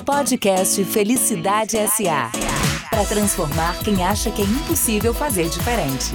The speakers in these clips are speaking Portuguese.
Podcast Felicidade S.A. Para transformar quem acha que é impossível fazer diferente.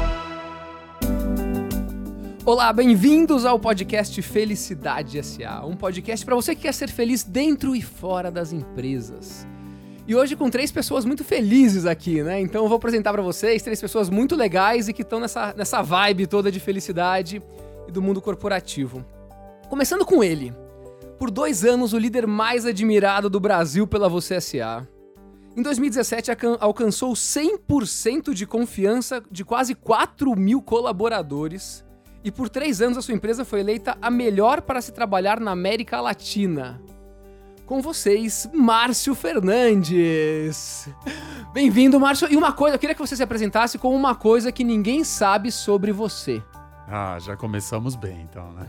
Olá, bem-vindos ao podcast Felicidade S.A. Um podcast para você que quer ser feliz dentro e fora das empresas. E hoje com 3 pessoas muito felizes aqui, né? Então eu vou apresentar para vocês 3 pessoas muito legais e que estão nessa vibe toda de felicidade e do mundo corporativo. Começando com ele. Por 2 anos, o líder mais admirado do Brasil pela Você S.A. Em 2017, alcançou 100% de confiança de quase 4 mil colaboradores. E por 3 anos, a sua empresa foi eleita a melhor para se trabalhar na América Latina. Com vocês, Márcio Fernandes. Bem-vindo, Márcio. E uma coisa, eu queria que você se apresentasse com uma coisa que ninguém sabe sobre você. Já começamos bem, então, né?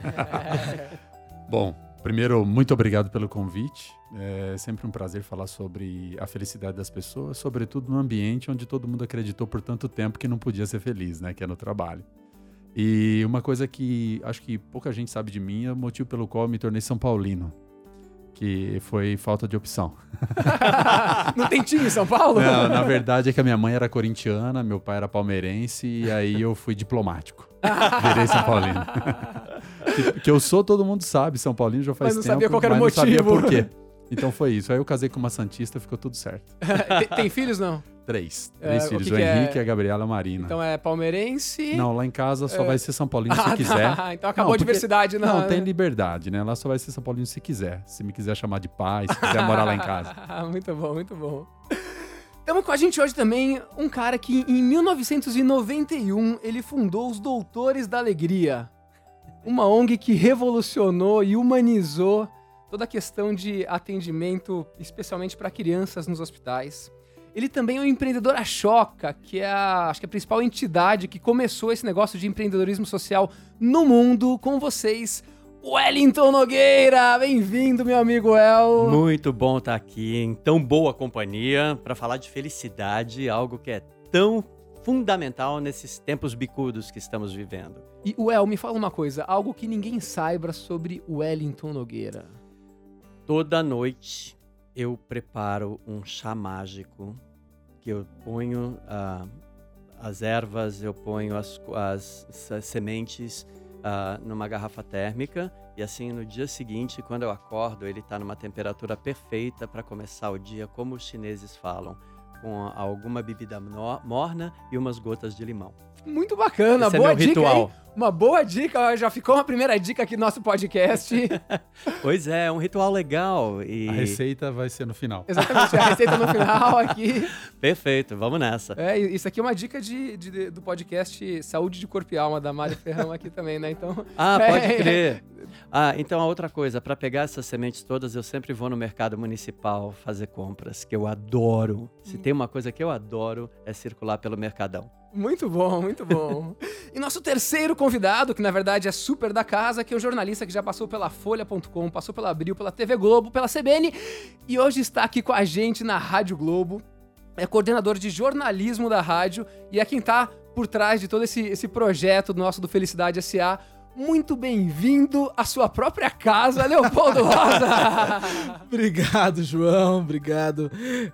Bom, primeiro, muito obrigado pelo convite. É sempre um prazer falar sobre a felicidade das pessoas, sobretudo no ambiente onde todo mundo acreditou por tanto tempo que não podia ser feliz, né? Que é no trabalho. E uma coisa que acho que pouca gente sabe de mim é o motivo pelo qual eu me tornei São Paulino, que foi falta de opção. Não tem time em São Paulo? Não, na verdade é que a minha mãe era corintiana, meu pai era palmeirense e aí eu fui diplomático. Virei São Paulino. que eu sou, todo mundo sabe, São Paulino já faz tempo, mas não sabia qual era o motivo. Não sabia por quê. Então foi isso. Aí eu casei com uma santista, ficou tudo certo. Tem filhos, não? 3 filhos, que o Henrique, a Gabriela e a Marina. Então é palmeirense... Não, lá em casa só vai ser São Paulino se quiser. Então acabou a diversidade. Não, tem liberdade, né? Lá só vai ser São Paulino se quiser. Se me quiser chamar de pai, se quiser morar lá em casa. Muito bom, muito bom. Estamos com a gente hoje também um cara que em 1991 ele fundou os Doutores da Alegria. Uma ONG que revolucionou e humanizou toda a questão de atendimento, especialmente para crianças nos hospitais. Ele também é um empreendedor Ashoka, que é acho que a principal entidade que começou esse negócio de empreendedorismo social no mundo. Com vocês, Wellington Nogueira. Bem-vindo, meu amigo El. Muito bom estar aqui em tão boa companhia para falar de felicidade, algo que é tão fundamental nesses tempos bicudos que estamos vivendo. E, El, me fala uma coisa, algo que ninguém saiba sobre o Wellington Nogueira. Toda noite eu preparo um chá mágico que eu ponho as ervas, eu ponho as sementes numa garrafa térmica e assim no dia seguinte, quando eu acordo, ele está numa temperatura perfeita para começar o dia, como os chineses falam, com alguma bebida morna e umas gotas de limão. Muito bacana, Esse boa é meu dica, ritual. Hein? Uma boa dica, já ficou uma primeira dica aqui no nosso podcast. Pois é um ritual legal. E... A receita vai ser no final. Exatamente, a receita no final aqui. Perfeito, vamos nessa. Isso aqui é uma dica do podcast Saúde de Corpo e Alma, da Mari Ferrão aqui também, né? Então, pode crer. Então a outra coisa, para pegar essas sementes todas, eu sempre vou no mercado municipal fazer compras, que eu adoro. Se tem uma coisa que eu adoro, é circular pelo Mercadão. Muito bom, muito bom. E nosso terceiro convidado, que na verdade é super da casa, que é o jornalista que já passou pela Folha.com, passou pela Abril, pela TV Globo, pela CBN e hoje está aqui com a gente na Rádio Globo. É coordenador de jornalismo da rádio e é quem está por trás de todo esse projeto nosso do Felicidade S.A. Muito bem-vindo à sua própria casa, Leopoldo Rosa! Obrigado, João, obrigado.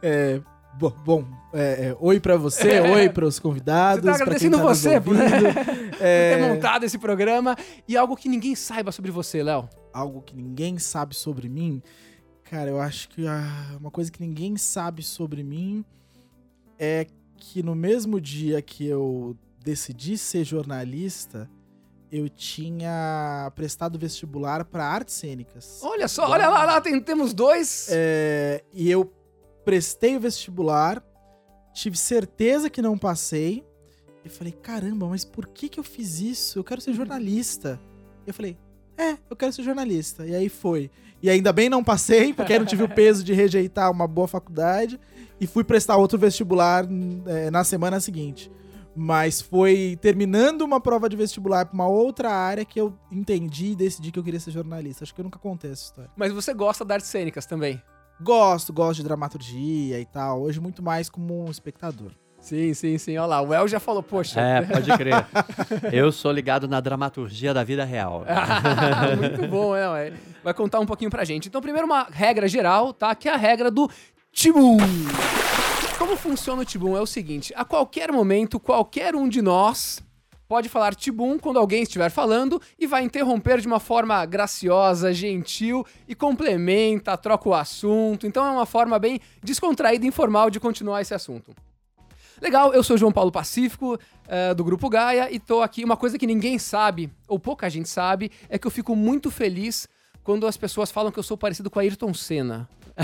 Oi pra você, oi pros convidados. Você tá agradecendo você por ter É... montado esse programa. E algo que ninguém saiba sobre você, Léo. Algo que ninguém sabe sobre mim? Cara, eu acho que uma coisa que ninguém sabe sobre mim é que no mesmo dia que eu decidi ser jornalista, eu tinha prestado vestibular para artes cênicas. Olha só, olha lá, temos 2. E eu prestei o vestibular, tive certeza que não passei, e falei, caramba, mas por que eu fiz isso? Eu quero ser jornalista. E eu falei, eu quero ser jornalista. E aí foi. E ainda bem não passei, porque aí não tive o peso de rejeitar uma boa faculdade, e fui prestar outro vestibular na semana seguinte. Mas foi terminando uma prova de vestibular para uma outra área que eu entendi e decidi que eu queria ser jornalista. Acho que eu nunca contei essa história. Mas você gosta de artes cênicas também? Gosto de dramaturgia e tal. Hoje muito mais como um espectador. Sim. Olha lá, o El já falou, poxa. Pode crer. Eu sou ligado na dramaturgia da vida real. Muito bom, vai contar um pouquinho pra gente. Então, primeiro uma regra geral, tá? Que é a regra do Tibum. Como funciona o Tibum? É o seguinte, a qualquer momento, qualquer um de nós pode falar Tibum quando alguém estiver falando e vai interromper de uma forma graciosa, gentil e complementa, troca o assunto. Então é uma forma bem descontraída e informal de continuar esse assunto. Legal, eu sou o João Paulo Pacífico, do Grupo Gaia, e tô aqui. Uma coisa que ninguém sabe, ou pouca gente sabe, é que eu fico muito feliz quando as pessoas falam que eu sou parecido com a Ayrton Senna.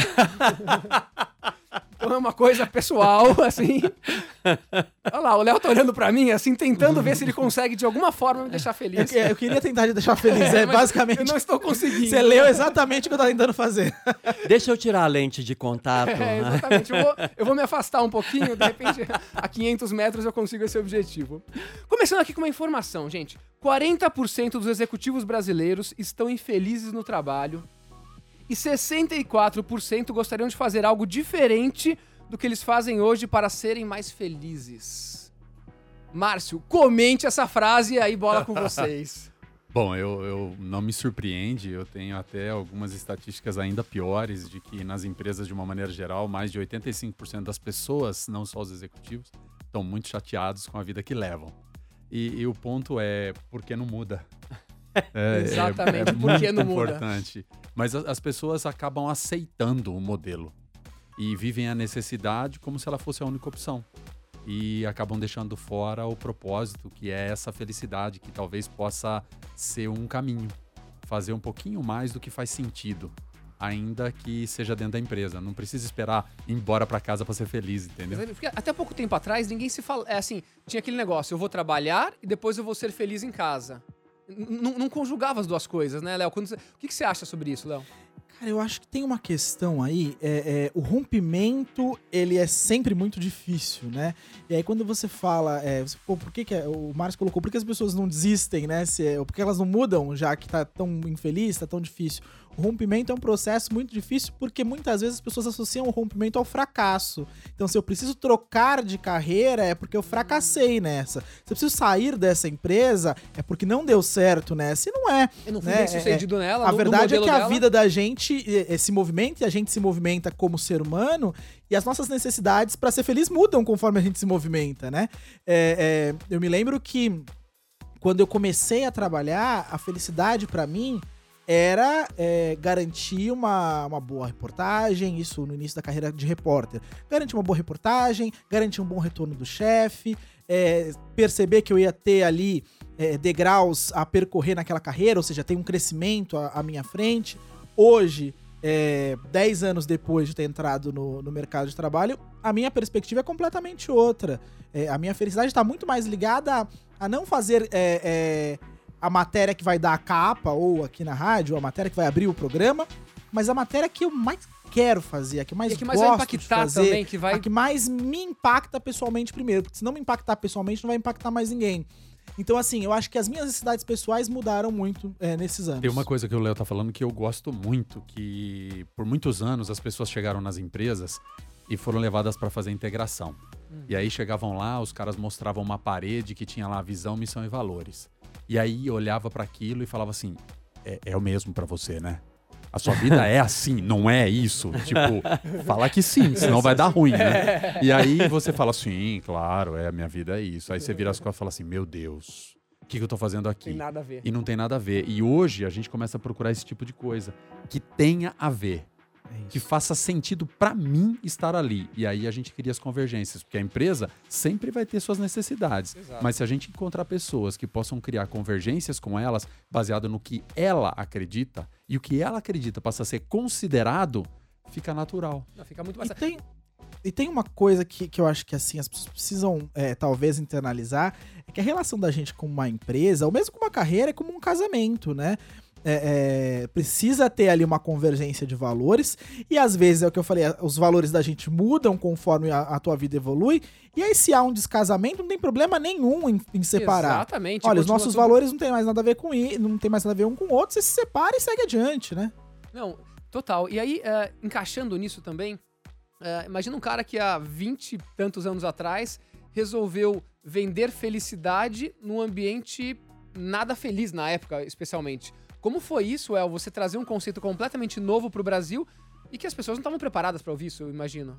Então é uma coisa pessoal, assim. Olha lá, o Léo tá olhando pra mim, assim, tentando ver se ele consegue de alguma forma me deixar feliz. Eu queria tentar te deixar feliz, basicamente. Eu não estou conseguindo. Você leu exatamente o que eu tava tentando fazer. Deixa eu tirar a lente de contato. Exatamente. Eu vou me afastar um pouquinho, de repente, a 500 metros eu consigo esse objetivo. Começando aqui com uma informação, gente. 40% dos executivos brasileiros estão infelizes no trabalho. E 64% gostariam de fazer algo diferente do que eles fazem hoje para serem mais felizes. Márcio, comente essa frase e aí bola com vocês. Bom, eu não me surpreende, eu tenho até algumas estatísticas ainda piores de que nas empresas, de uma maneira geral, mais de 85% das pessoas, não só os executivos, estão muito chateados com a vida que levam. E o ponto é, por que não muda? Exatamente, é porque não muito muda. Importante. Mas as pessoas acabam aceitando o modelo e vivem a necessidade como se ela fosse a única opção. E acabam deixando fora o propósito, que é essa felicidade, que talvez possa ser um caminho. Fazer um pouquinho mais do que faz sentido, ainda que seja dentro da empresa. Não precisa esperar ir embora para casa para ser feliz, entendeu? Porque até pouco tempo atrás, ninguém se fala... assim, tinha aquele negócio, eu vou trabalhar e depois eu vou ser feliz em casa. Não conjugava as duas coisas, né, Léo? O que você acha sobre isso, Léo? Cara, eu acho que tem uma questão aí, o rompimento, ele é sempre muito difícil, né? E aí quando você fala, por que o Márcio colocou, por que as pessoas não desistem, né? Por que elas não mudam, já que tá tão infeliz, tá tão difícil? O rompimento é um processo muito difícil porque muitas vezes as pessoas associam o rompimento ao fracasso. Então, se eu preciso trocar de carreira, é porque eu fracassei nessa. Se eu preciso sair dessa empresa, é porque não deu certo nessa. E não é. Eu não fui bem sucedido nela. A verdade é que a vida da gente se movimenta e a gente se movimenta como ser humano e as nossas necessidades para ser feliz mudam conforme a gente se movimenta, né? Eu me lembro que quando eu comecei a trabalhar, a felicidade para mim era garantir uma boa reportagem, isso no início da carreira de repórter. Garantir uma boa reportagem, garantir um bom retorno do chefe, perceber que eu ia ter ali degraus a percorrer naquela carreira, ou seja, tem um crescimento à minha frente. Hoje, 10 anos depois de ter entrado no mercado de trabalho, a minha perspectiva é completamente outra. A minha felicidade está muito mais ligada a não fazer... a matéria que vai dar a capa, ou aqui na rádio, a matéria que vai abrir o programa, mas a matéria que eu mais quero fazer, a que mais gosto vai impactar de fazer, também, a que mais me impacta pessoalmente primeiro, porque se não me impactar pessoalmente, não vai impactar mais ninguém. Então, assim, eu acho que as minhas necessidades pessoais mudaram muito nesses anos. Tem uma coisa que o Léo tá falando que eu gosto muito, que por muitos anos as pessoas chegaram nas empresas e foram levadas para fazer integração. E aí chegavam lá, os caras mostravam uma parede que tinha lá visão, missão e valores. E aí olhava para aquilo e falava assim, é o mesmo para você, né? A sua vida é assim, não é isso? Tipo, fala que sim, senão vai dar ruim, né? E aí você fala, sim, claro, a minha vida é isso. Aí você vira as costas e fala assim, meu Deus, o que eu tô fazendo aqui? Tem nada a ver. E não tem nada a ver. E hoje a gente começa a procurar esse tipo de coisa que tenha a ver. Que faça sentido pra mim estar ali. E aí a gente cria as convergências, porque a empresa sempre vai ter suas necessidades. Exato. Mas se a gente encontrar pessoas que possam criar convergências com elas, baseado no que ela acredita, e o que ela acredita passa a ser considerado, fica natural. Fica muito mais... E tem uma coisa que eu acho que assim as pessoas precisam talvez internalizar, é que a relação da gente com uma empresa, ou mesmo com uma carreira, é como um casamento, né? Precisa ter ali uma convergência de valores, e às vezes é o que eu falei, os valores da gente mudam conforme a tua vida evolui, e aí se há um descasamento não tem problema nenhum em separar. Exatamente. Olha, os nossos valores não tem mais nada a ver com isso, não tem mais nada a ver um com o outro, você se separa e segue adiante, né? Não, total. E aí, encaixando nisso também, Imagina um cara que há 20 e tantos anos atrás resolveu vender felicidade num ambiente nada feliz na época, especialmente. Como foi isso, El? Você trazer um conceito completamente novo pro Brasil e que as pessoas não estavam preparadas para ouvir isso, eu imagino.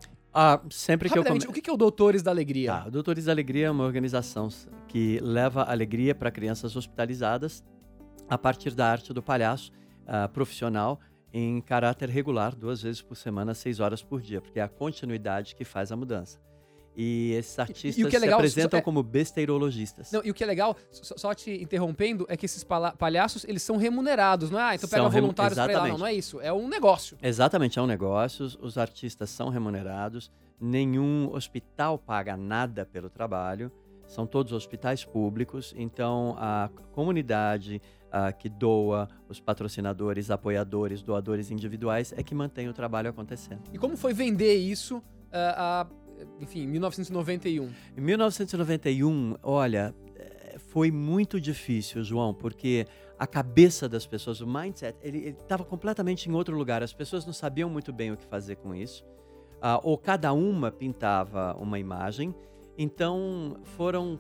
Sempre que eu o que é o Doutores da Alegria? O Doutores da Alegria é uma organização que leva alegria para crianças hospitalizadas a partir da arte do palhaço profissional em caráter regular, 2 vezes por semana, 6 horas por dia, porque é a continuidade que faz a mudança. E esses artistas se apresentam como besteirologistas. Não, e o que é legal, só te interrompendo, é que esses palhaços, eles são remunerados, não é? Então pega voluntários pra ir lá. Não é isso. É um negócio. Exatamente, é um negócio. Os artistas são remunerados. Nenhum hospital paga nada pelo trabalho. São todos hospitais públicos. Então, a comunidade que doa, os patrocinadores, apoiadores, doadores individuais, é que mantém o trabalho acontecendo. E como foi vender isso enfim, em 1991? Em 1991, olha, foi muito difícil, João, porque a cabeça das pessoas, o mindset, ele estava completamente em outro lugar. As pessoas não sabiam muito bem o que fazer com isso. Ou cada uma pintava uma imagem. Então, foram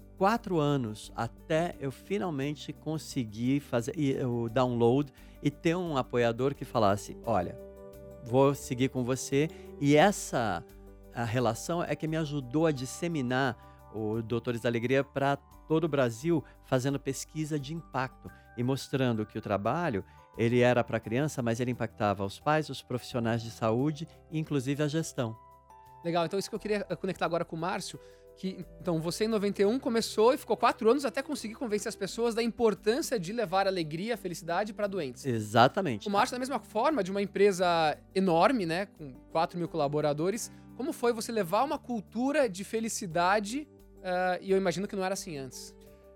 4 anos até eu finalmente conseguir fazer o download e ter um apoiador que falasse, olha, vou seguir com você. E a relação é que me ajudou a disseminar o Doutores da Alegria para todo o Brasil, fazendo pesquisa de impacto e mostrando que o trabalho ele era para a criança, mas ele impactava os pais, os profissionais de saúde e inclusive a gestão. Legal, então isso que eu queria conectar agora com o Márcio, que então você em 91 começou e ficou 4 anos até conseguir convencer as pessoas da importância de levar alegria, felicidade para doentes. Exatamente. O Márcio, da mesma forma, de uma empresa enorme, né, com 4.000 colaboradores, como foi você levar uma cultura de felicidade e eu imagino que não era assim antes?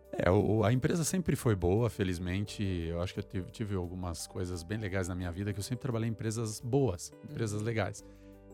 A empresa sempre foi boa, felizmente. Eu acho que eu tive algumas coisas bem legais na minha vida, que eu sempre trabalhei em empresas boas, empresas legais.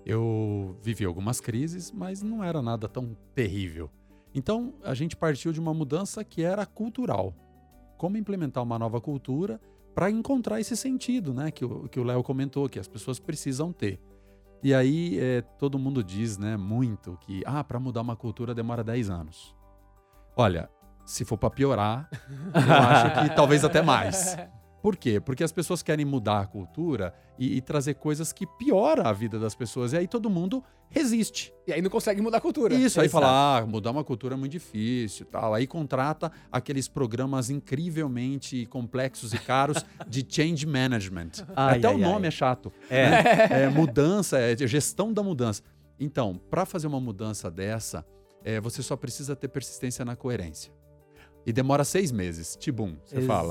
Eu vivi algumas crises, mas não era nada tão terrível. Então, a gente partiu de uma mudança que era cultural. Como implementar uma nova cultura para encontrar esse sentido, né, que o Léo comentou, que as pessoas precisam ter. E aí, todo mundo diz, né, muito que, para mudar uma cultura demora 10 anos. Olha, se for para piorar, eu acho que talvez até mais. Por quê? Porque as pessoas querem mudar a cultura e trazer coisas que pioram a vida das pessoas. E aí todo mundo resiste. E aí não consegue mudar a cultura. Isso, aí fala, mudar uma cultura é muito difícil e tal. Aí contrata aqueles programas incrivelmente complexos e caros de change management. Até o nome é chato. Né? Mudança, gestão da mudança. Então, para fazer uma mudança dessa, você só precisa ter persistência na coerência. E demora 6 meses. Tibum, você fala.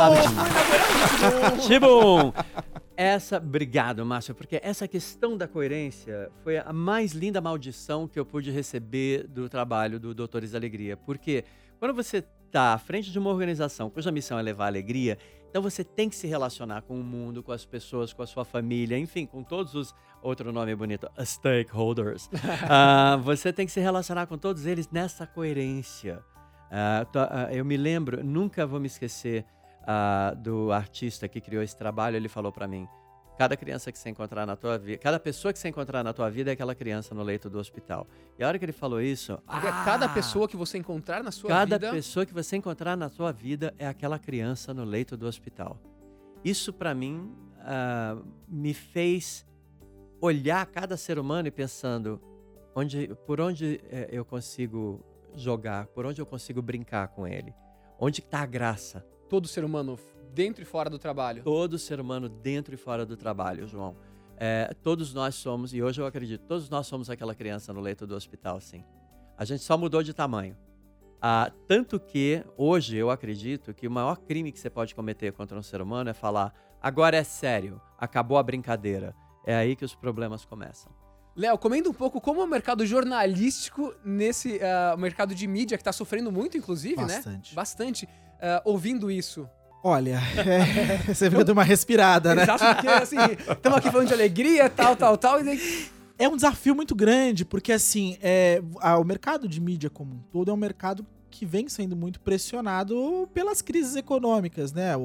Tibum! Obrigado, Márcio, porque essa questão da coerência foi a mais linda maldição que eu pude receber do trabalho do Doutores da Alegria. Porque quando você está à frente de uma organização cuja missão é levar alegria, então você tem que se relacionar com o mundo, com as pessoas, com a sua família, enfim, com todos os... Outro nome bonito, stakeholders. Você tem que se relacionar com todos eles nessa coerência. Eu me lembro, nunca vou me esquecer do artista que criou esse trabalho. Ele falou para mim, cada criança que você encontrar na tua vida, cada pessoa que você encontrar na tua vida é aquela criança no leito do hospital. E a hora que ele falou isso... Cada pessoa que você encontrar na sua vida... Cada pessoa que você encontrar na tua vida é aquela criança no leito do hospital. Isso para mim me fez olhar cada ser humano e pensando por onde eu consigo jogar, por onde eu consigo brincar com ele, onde está a graça. Todo ser humano dentro e fora do trabalho. Todo ser humano dentro e fora do trabalho, João. Todos nós somos, e hoje eu acredito, todos nós somos aquela criança no leito do hospital, sim. A gente só mudou de tamanho. Tanto que hoje eu acredito que o maior crime que você pode cometer contra um ser humano é falar, agora é sério, acabou a brincadeira. É aí que os problemas começam. Léo, comenta um pouco como é o mercado jornalístico nesse mercado de mídia, que está sofrendo muito, inclusive, Bastante. Né? Bastante. Ouvindo isso. Olha, você viu de uma respirada, né? Exato, porque assim, estamos aqui falando de alegria, tal, e daí... É um desafio muito grande, porque assim, o mercado de mídia como um todo é um mercado que vem sendo muito pressionado pelas crises econômicas, né?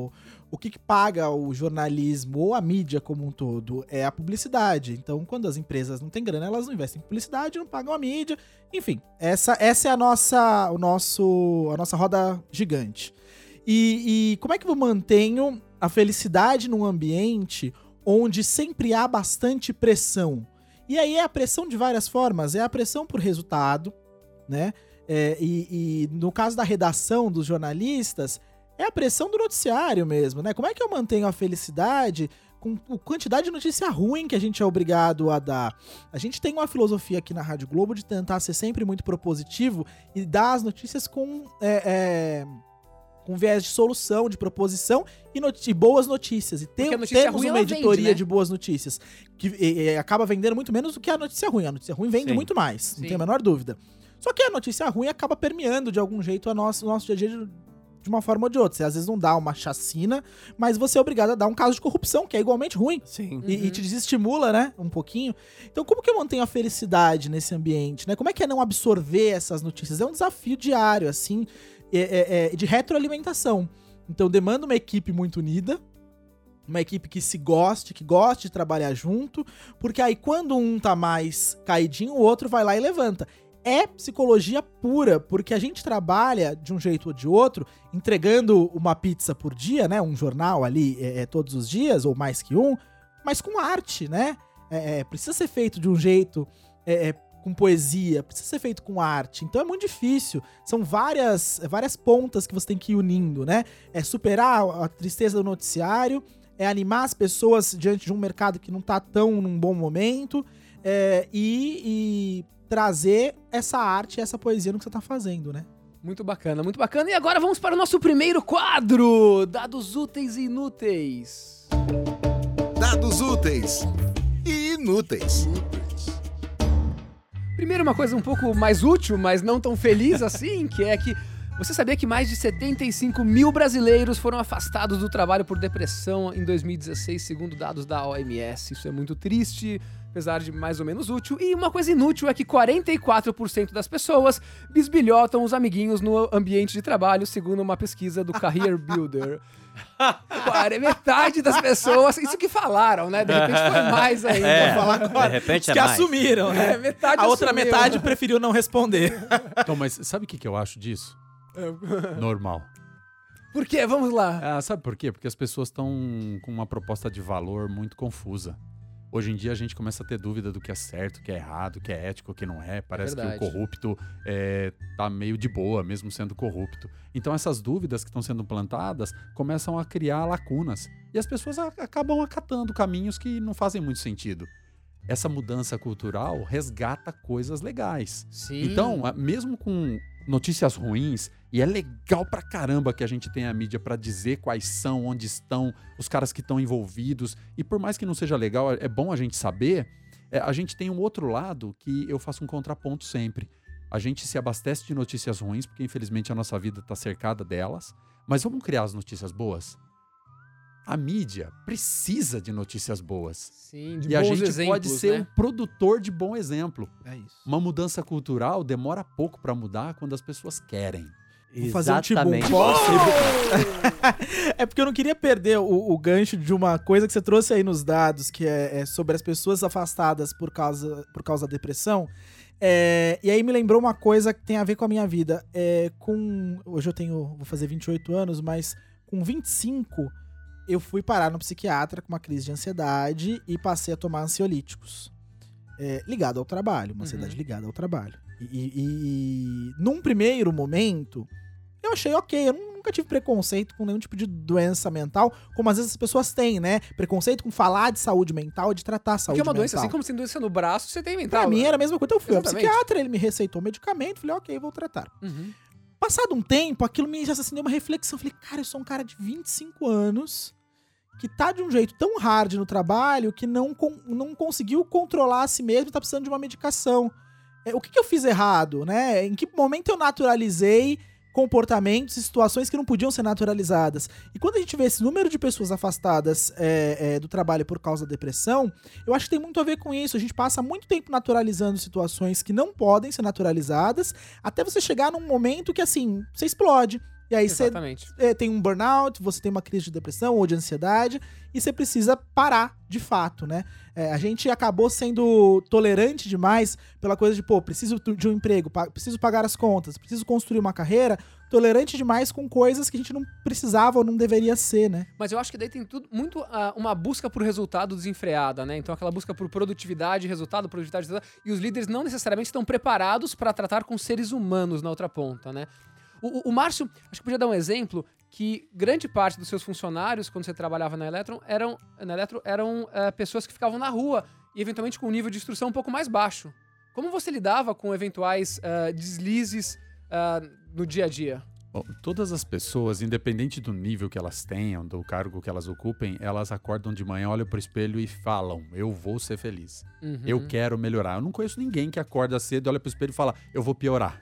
o que paga o jornalismo ou a mídia como um todo é a publicidade. Então, quando as empresas não têm grana, elas não investem em publicidade, não pagam a mídia. Enfim, essa é a nossa roda gigante. E como é que eu mantenho a felicidade num ambiente onde sempre há bastante pressão? E aí é a pressão de várias formas. É a pressão por resultado, né? E no caso da redação dos jornalistas, é a pressão do noticiário mesmo, né? Como é que eu mantenho a felicidade com a quantidade de notícia ruim que a gente é obrigado a dar? A gente tem uma filosofia aqui na Rádio Globo de tentar ser sempre muito propositivo e dar as notícias com viés de solução, de proposição e boas notícias. E temos uma editoria vende, né? De boas notícias, que acaba vendendo muito menos do que a notícia ruim. A notícia ruim vende muito mais, não tem a menor dúvida. Só que a notícia ruim acaba permeando de algum jeito o nosso dia a dia de uma forma ou de outra. Você às vezes não dá uma chacina, mas você é obrigado a dar um caso de corrupção, que é igualmente ruim. Sim. E te desestimula, né? Um pouquinho. Então, como que eu mantenho a felicidade nesse ambiente, né? Como é que é não absorver essas notícias? É um desafio diário, assim, de retroalimentação. Então, demanda uma equipe muito unida, uma equipe que goste de trabalhar junto, porque aí quando um tá mais caidinho, o outro vai lá e levanta. É psicologia pura, porque a gente trabalha de um jeito ou de outro, entregando uma pizza por dia, né? Um jornal ali todos os dias, ou mais que um, mas com arte, né? Precisa ser feito de um jeito com poesia, precisa ser feito com arte. Então é muito difícil. São várias pontas que você tem que ir unindo, né? É superar a tristeza do noticiário, é animar as pessoas diante de um mercado que não tá tão num bom momento, e trazer essa arte, essa poesia no que você tá fazendo, né? Muito bacana, muito bacana. E agora vamos para o nosso primeiro quadro, Dados Úteis e Inúteis. Dados úteis e inúteis. Primeiro, uma coisa um pouco mais útil, mas não tão feliz assim, que é que você sabia que mais de 75 mil brasileiros foram afastados do trabalho por depressão em 2016, segundo dados da OMS. Isso é muito triste, apesar de mais ou menos útil. E uma coisa inútil é que 44% das pessoas bisbilhotam os amiguinhos no ambiente de trabalho, segundo uma pesquisa do Career Builder. Metade das pessoas, isso que falaram, né? De repente foi mais ainda. Falar agora. De repente que assumiram, né? Metade a outra assumiu. metade preferiu não responder. Então, mas sabe o que eu acho disso? Normal. Por quê? Vamos lá. Sabe por quê? Porque as pessoas estão com uma proposta de valor muito confusa. Hoje em dia a gente começa a ter dúvida do que é certo, o que é errado, o que é ético, o que não é. Parece que o corrupto tá meio de boa, mesmo sendo corrupto. Então essas dúvidas que estão sendo plantadas começam a criar lacunas. E as pessoas acabam acatando caminhos que não fazem muito sentido. Essa mudança cultural resgata coisas legais. Sim. Então, mesmo com notícias ruins, e é legal pra caramba que a gente tenha a mídia pra dizer quais são, onde estão os caras que estão envolvidos, e por mais que não seja legal, é bom a gente saber, a gente tem um outro lado que eu faço um contraponto sempre. A gente se abastece de notícias ruins, porque infelizmente a nossa vida tá cercada delas, mas vamos criar as notícias boas? A mídia precisa de notícias boas. Sim, de e a bons gente exemplos, pode ser né? um produtor de bom exemplo. É isso. Uma mudança cultural demora pouco pra mudar quando as pessoas querem. Vou fazer um Exatamente. tibum. Posso? É porque eu não queria perder o gancho de uma coisa que você trouxe aí nos dados, que é sobre as pessoas afastadas por causa da depressão. E aí me lembrou uma coisa que tem a ver com a minha vida. Hoje vou fazer 28 anos, mas com 25 eu fui parar no psiquiatra com uma crise de ansiedade e passei a tomar ansiolíticos. Ligado ao trabalho, uma ansiedade ligada ao trabalho. E num primeiro momento, eu achei ok, eu nunca tive preconceito com nenhum tipo de doença mental, como às vezes as pessoas têm, né? Preconceito com falar de saúde mental e de tratar a saúde Porque é uma mental. doença, assim como se tem doença no braço, você tem mental. Pra mim era a mesma coisa, então eu fui ao Exatamente. psiquiatra, ele me receitou medicamento, falei, ok, vou tratar. Uhum. Passado um tempo, aquilo me já acendeu uma reflexão, falei, cara, eu sou um cara de 25 anos que tá de um jeito tão hard no trabalho que não conseguiu controlar a si mesmo e tá precisando de uma medicação. O que eu fiz errado, né? Em que momento eu naturalizei comportamentos e situações que não podiam ser naturalizadas? E quando a gente vê esse número de pessoas afastadas do trabalho por causa da depressão, eu acho que tem muito a ver com isso. A gente passa muito tempo naturalizando situações que não podem ser naturalizadas, até você chegar num momento que, assim, você explode. E aí você Exatamente. tem um burnout, você tem uma crise de depressão ou de ansiedade, e você precisa parar de fato, né? A gente acabou sendo tolerante demais pela coisa de, preciso de um emprego, preciso pagar as contas, preciso construir uma carreira, tolerante demais com coisas que a gente não precisava ou não deveria ser, né? Mas eu acho que daí tem tudo muito uma busca por resultado desenfreada, né? Então aquela busca por produtividade, resultado, e os líderes não necessariamente estão preparados para tratar com seres humanos na outra ponta, né? O Márcio, acho que podia dar um exemplo que grande parte dos seus funcionários, quando você trabalhava na Electron, eram pessoas que ficavam na rua e eventualmente com um nível de instrução um pouco mais baixo. Como você lidava com eventuais deslizes no dia a dia? Bom, todas as pessoas, independente do nível que elas tenham, do cargo que elas ocupem, elas acordam de manhã, olham pro espelho e falam, eu vou ser feliz. Uhum. Eu quero melhorar. Eu não conheço ninguém que acorda cedo, olha pro espelho e fala, eu vou piorar.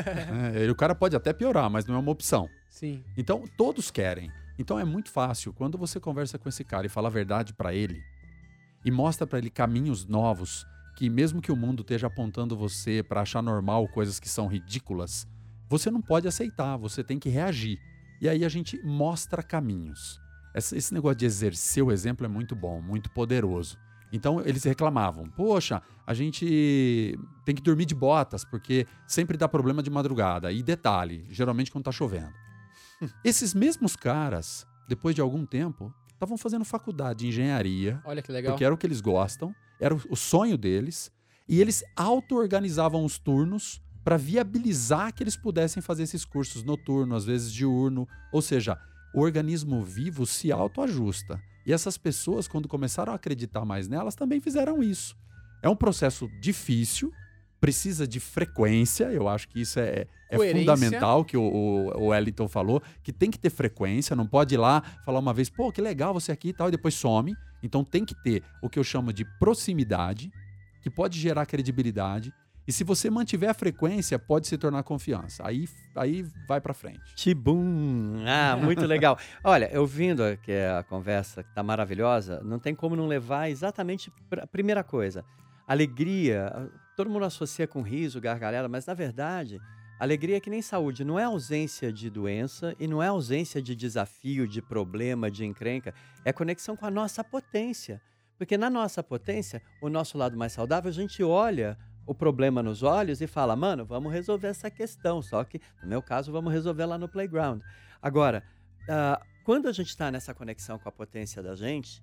O cara pode até piorar, mas não é uma opção. Sim. Então, todos querem. Então, é muito fácil. Quando você conversa com esse cara e fala a verdade pra ele e mostra pra ele caminhos novos, que mesmo que o mundo esteja apontando você pra achar normal coisas que são ridículas, você não pode aceitar, você tem que reagir. E aí a gente mostra caminhos. Esse negócio de exercer o exemplo é muito bom, muito poderoso. Então eles reclamavam, poxa, a gente tem que dormir de botas, porque sempre dá problema de madrugada. E detalhe, geralmente quando tá chovendo. Esses mesmos caras, depois de algum tempo, estavam fazendo faculdade de engenharia. Olha que legal. Porque era o que eles gostam, era o sonho deles. E eles auto-organizavam os turnos para viabilizar que eles pudessem fazer esses cursos noturnos, às vezes diurno. Ou seja, o organismo vivo se autoajusta. E essas pessoas, quando começaram a acreditar mais nelas, também fizeram isso. É um processo difícil, precisa de frequência. Eu acho que isso é fundamental, que o Wellington falou, que tem que ter frequência, não pode ir lá falar uma vez, que legal você aqui e tal, e depois some. Então tem que ter o que eu chamo de proximidade, que pode gerar credibilidade. E se você mantiver a frequência, pode se tornar confiança. Aí vai pra frente. Tibum! Muito legal. Olha, eu ouvindo que a conversa que tá maravilhosa, não tem como não levar exatamente a primeira coisa. Alegria, todo mundo associa com riso, gargalhada, mas na verdade, alegria é que nem saúde. Não é ausência de doença e não é ausência de desafio, de problema, de encrenca. É conexão com a nossa potência. Porque na nossa potência, o nosso lado mais saudável, a gente olha o problema nos olhos e fala, mano, vamos resolver essa questão, só que, no meu caso, vamos resolver lá no playground. Agora, quando a gente está nessa conexão com a potência da gente,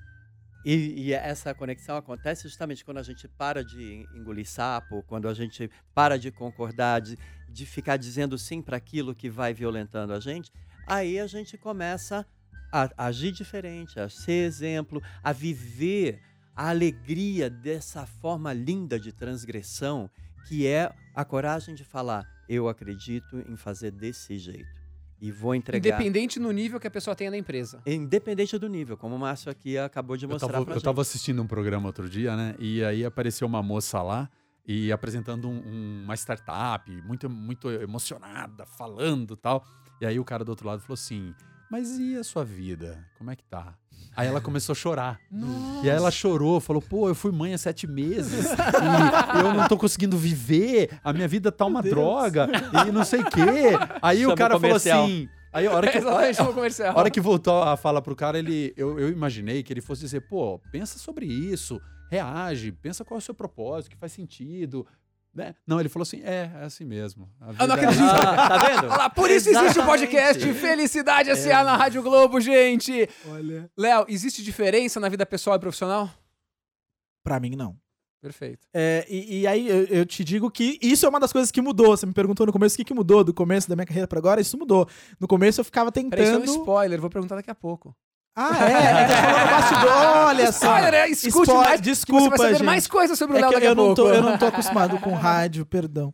e essa conexão acontece justamente quando a gente para de engolir sapo, quando a gente para de concordar, de ficar dizendo sim para aquilo que vai violentando a gente, aí a gente começa a agir diferente, a ser exemplo, a viver a alegria dessa forma linda de transgressão, que é a coragem de falar, eu acredito em fazer desse jeito. E vou entregar. Independente no nível que a pessoa tenha na empresa. Independente do nível, como o Márcio aqui acabou de mostrar pra gente. Eu tava assistindo um programa outro dia, né? E aí apareceu uma moça lá e apresentando uma startup, muito, muito emocionada, falando e tal. E aí o cara do outro lado falou assim, mas e a sua vida? Como é que tá? Aí ela começou a chorar. Nossa. E aí ela chorou, falou, eu fui mãe há 7 meses e eu não tô conseguindo viver, a minha vida tá uma droga e não sei o quê. Aí o cara falou assim... Aí a hora que voltou a fala pro cara, eu imaginei que ele fosse dizer, pensa sobre isso, reage, pensa qual é o seu propósito, que faz sentido... Né? Não, ele falou assim, é assim mesmo. Eu não acredito. Tá vendo? Olha lá, por isso existe o podcast Felicidade S.A. na Rádio Globo, gente. Olha. Léo, existe diferença na vida pessoal e profissional? Pra mim, não. Perfeito. E aí, eu te digo que isso é uma das coisas que mudou. Você me perguntou no começo o que mudou do começo da minha carreira pra agora. Isso mudou. No começo eu ficava tentando... Peraí, isso é um spoiler, vou perguntar daqui a pouco. É que falou no bastidor, olha só. Spoiler, escute mais, desculpa, você vai saber gente. mais coisas sobre o Léo daqui a pouco. Eu não tô acostumado com rádio, perdão.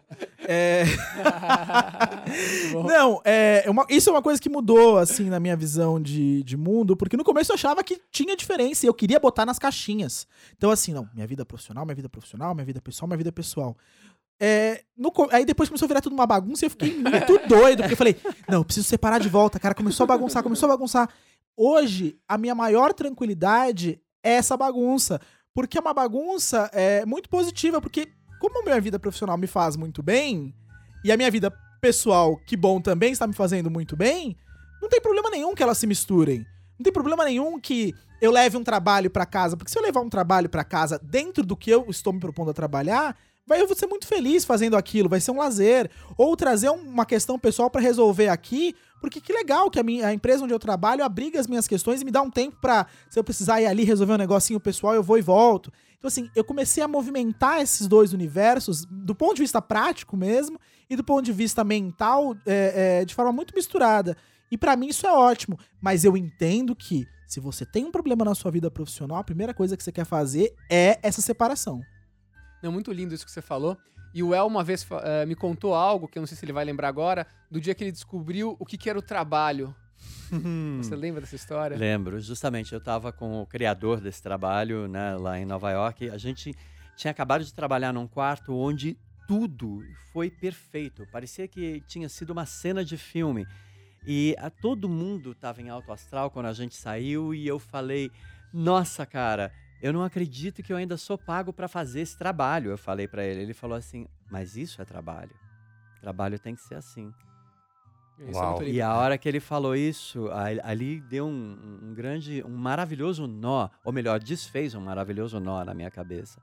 Não, isso é uma coisa que mudou, assim, na minha visão de mundo, porque no começo eu achava que tinha diferença e eu queria botar nas caixinhas. Então, assim, não, minha vida profissional, minha vida profissional, minha vida pessoal, minha vida pessoal. Aí depois começou a virar tudo uma bagunça e eu fiquei muito doido, porque eu falei, não, eu preciso separar de volta, cara, começou a bagunçar. Hoje, a minha maior tranquilidade é essa bagunça, porque é uma bagunça muito positiva, porque como a minha vida profissional me faz muito bem, e a minha vida pessoal, que bom também, está me fazendo muito bem, não tem problema nenhum que elas se misturem. Não tem problema nenhum que eu leve um trabalho pra casa, porque se eu levar um trabalho pra casa dentro do que eu estou me propondo a trabalhar, eu vou ser muito feliz fazendo aquilo, vai ser um lazer. Ou trazer uma questão pessoal pra resolver aqui, porque que legal que a empresa onde eu trabalho abriga as minhas questões e me dá um tempo pra, se eu precisar ir ali resolver um negocinho pessoal, eu vou e volto. Então assim, eu comecei a movimentar esses dois universos, do ponto de vista prático mesmo, e do ponto de vista mental, de forma muito misturada. E pra mim isso é ótimo, mas eu entendo que se você tem um problema na sua vida profissional, a primeira coisa que você quer fazer é essa separação. Não, muito lindo isso que você falou. E o El uma vez me contou algo, que eu não sei se ele vai lembrar agora, do dia que ele descobriu o que era o trabalho. Você lembra dessa história? Lembro, justamente. Eu estava com o criador desse trabalho, né, lá em Nova York. A gente tinha acabado de trabalhar num quarto onde tudo foi perfeito. Parecia que tinha sido uma cena de filme. E todo mundo estava em alto astral quando a gente saiu e eu falei, nossa, cara, eu não acredito que eu ainda sou pago para fazer esse trabalho. Eu falei para ele, ele falou assim, mas isso é trabalho. Trabalho tem que ser assim. Isso é muito lindo. E a hora que ele falou isso, ali deu um maravilhoso nó, ou melhor, desfez um maravilhoso nó na minha cabeça.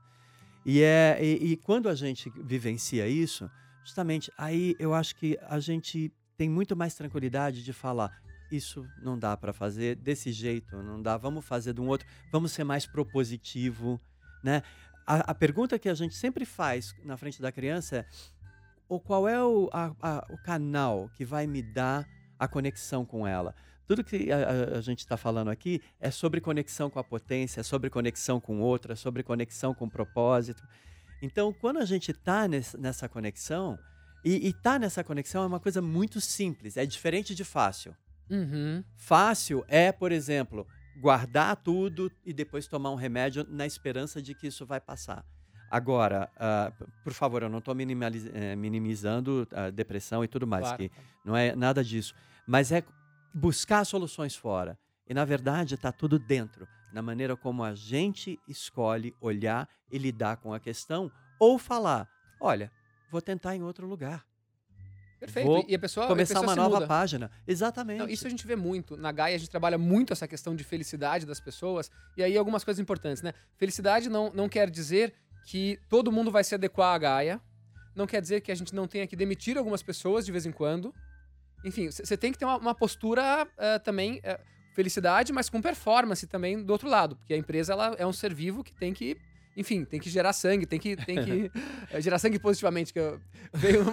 E quando a gente vivencia isso, justamente aí eu acho que a gente tem muito mais tranquilidade de falar, isso não dá para fazer desse jeito, não dá, vamos fazer de um outro, vamos ser mais propositivo, né? A pergunta que a gente sempre faz na frente da criança é, qual é o canal que vai me dar a conexão com ela? Tudo que a gente está falando aqui é sobre conexão com a potência, é sobre conexão com o outro, é sobre conexão com o propósito. Então, quando a gente está nessa conexão, e tá nessa conexão é uma coisa muito simples, é diferente de fácil. Uhum. Fácil é, por exemplo, guardar tudo e depois tomar um remédio na esperança de que isso vai passar. Agora, por favor, eu não estou minimizando a depressão e tudo mais, Claro. que não é nada disso. Mas é buscar soluções fora. E, na verdade, está tudo dentro, na maneira como a gente escolhe olhar e lidar com a questão ou falar, olha, vou tentar em outro lugar. Perfeito. Vou E a pessoa começar uma se nova muda. página. Exatamente. Não, isso a gente vê muito. Na Gaia a gente trabalha muito essa questão de felicidade das pessoas. E aí algumas coisas importantes, né? Felicidade não quer dizer que todo mundo vai se adequar à Gaia. Não quer dizer que a gente não tenha que demitir algumas pessoas de vez em quando. Enfim, você tem que ter uma postura também, felicidade, mas com performance também do outro lado. Porque a empresa ela é um ser vivo que tem que... Enfim, tem que gerar sangue, tem que gerar sangue positivamente, que veio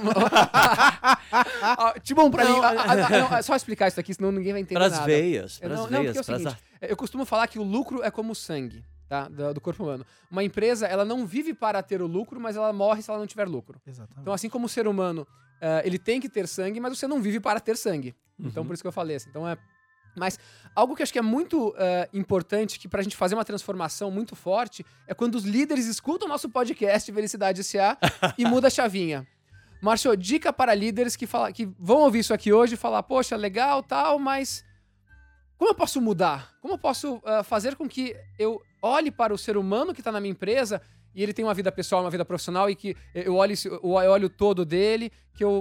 Tibom, pra mim, só explicar isso aqui, senão ninguém vai entender nada. Pras veias, Porque é o seguinte, eu costumo falar que o lucro é como o sangue, tá? Do corpo humano. Uma empresa, ela não vive para ter o lucro, mas ela morre se ela não tiver lucro. Exatamente. Então, assim como o ser humano, ele tem que ter sangue, mas você não vive para ter sangue. Então, por isso que eu falei assim. Então, Mas algo que eu acho que é muito importante, que pra gente fazer uma transformação muito forte, é quando os líderes escutam o nosso podcast Felicidade S.A. e muda a chavinha. Márcio, dica para líderes que vão ouvir isso aqui hoje e falar, poxa, legal, tal, mas como eu posso mudar? Como eu posso fazer com que eu olhe para o ser humano que está na minha empresa e ele tem uma vida pessoal, uma vida profissional e que eu olho o todo dele,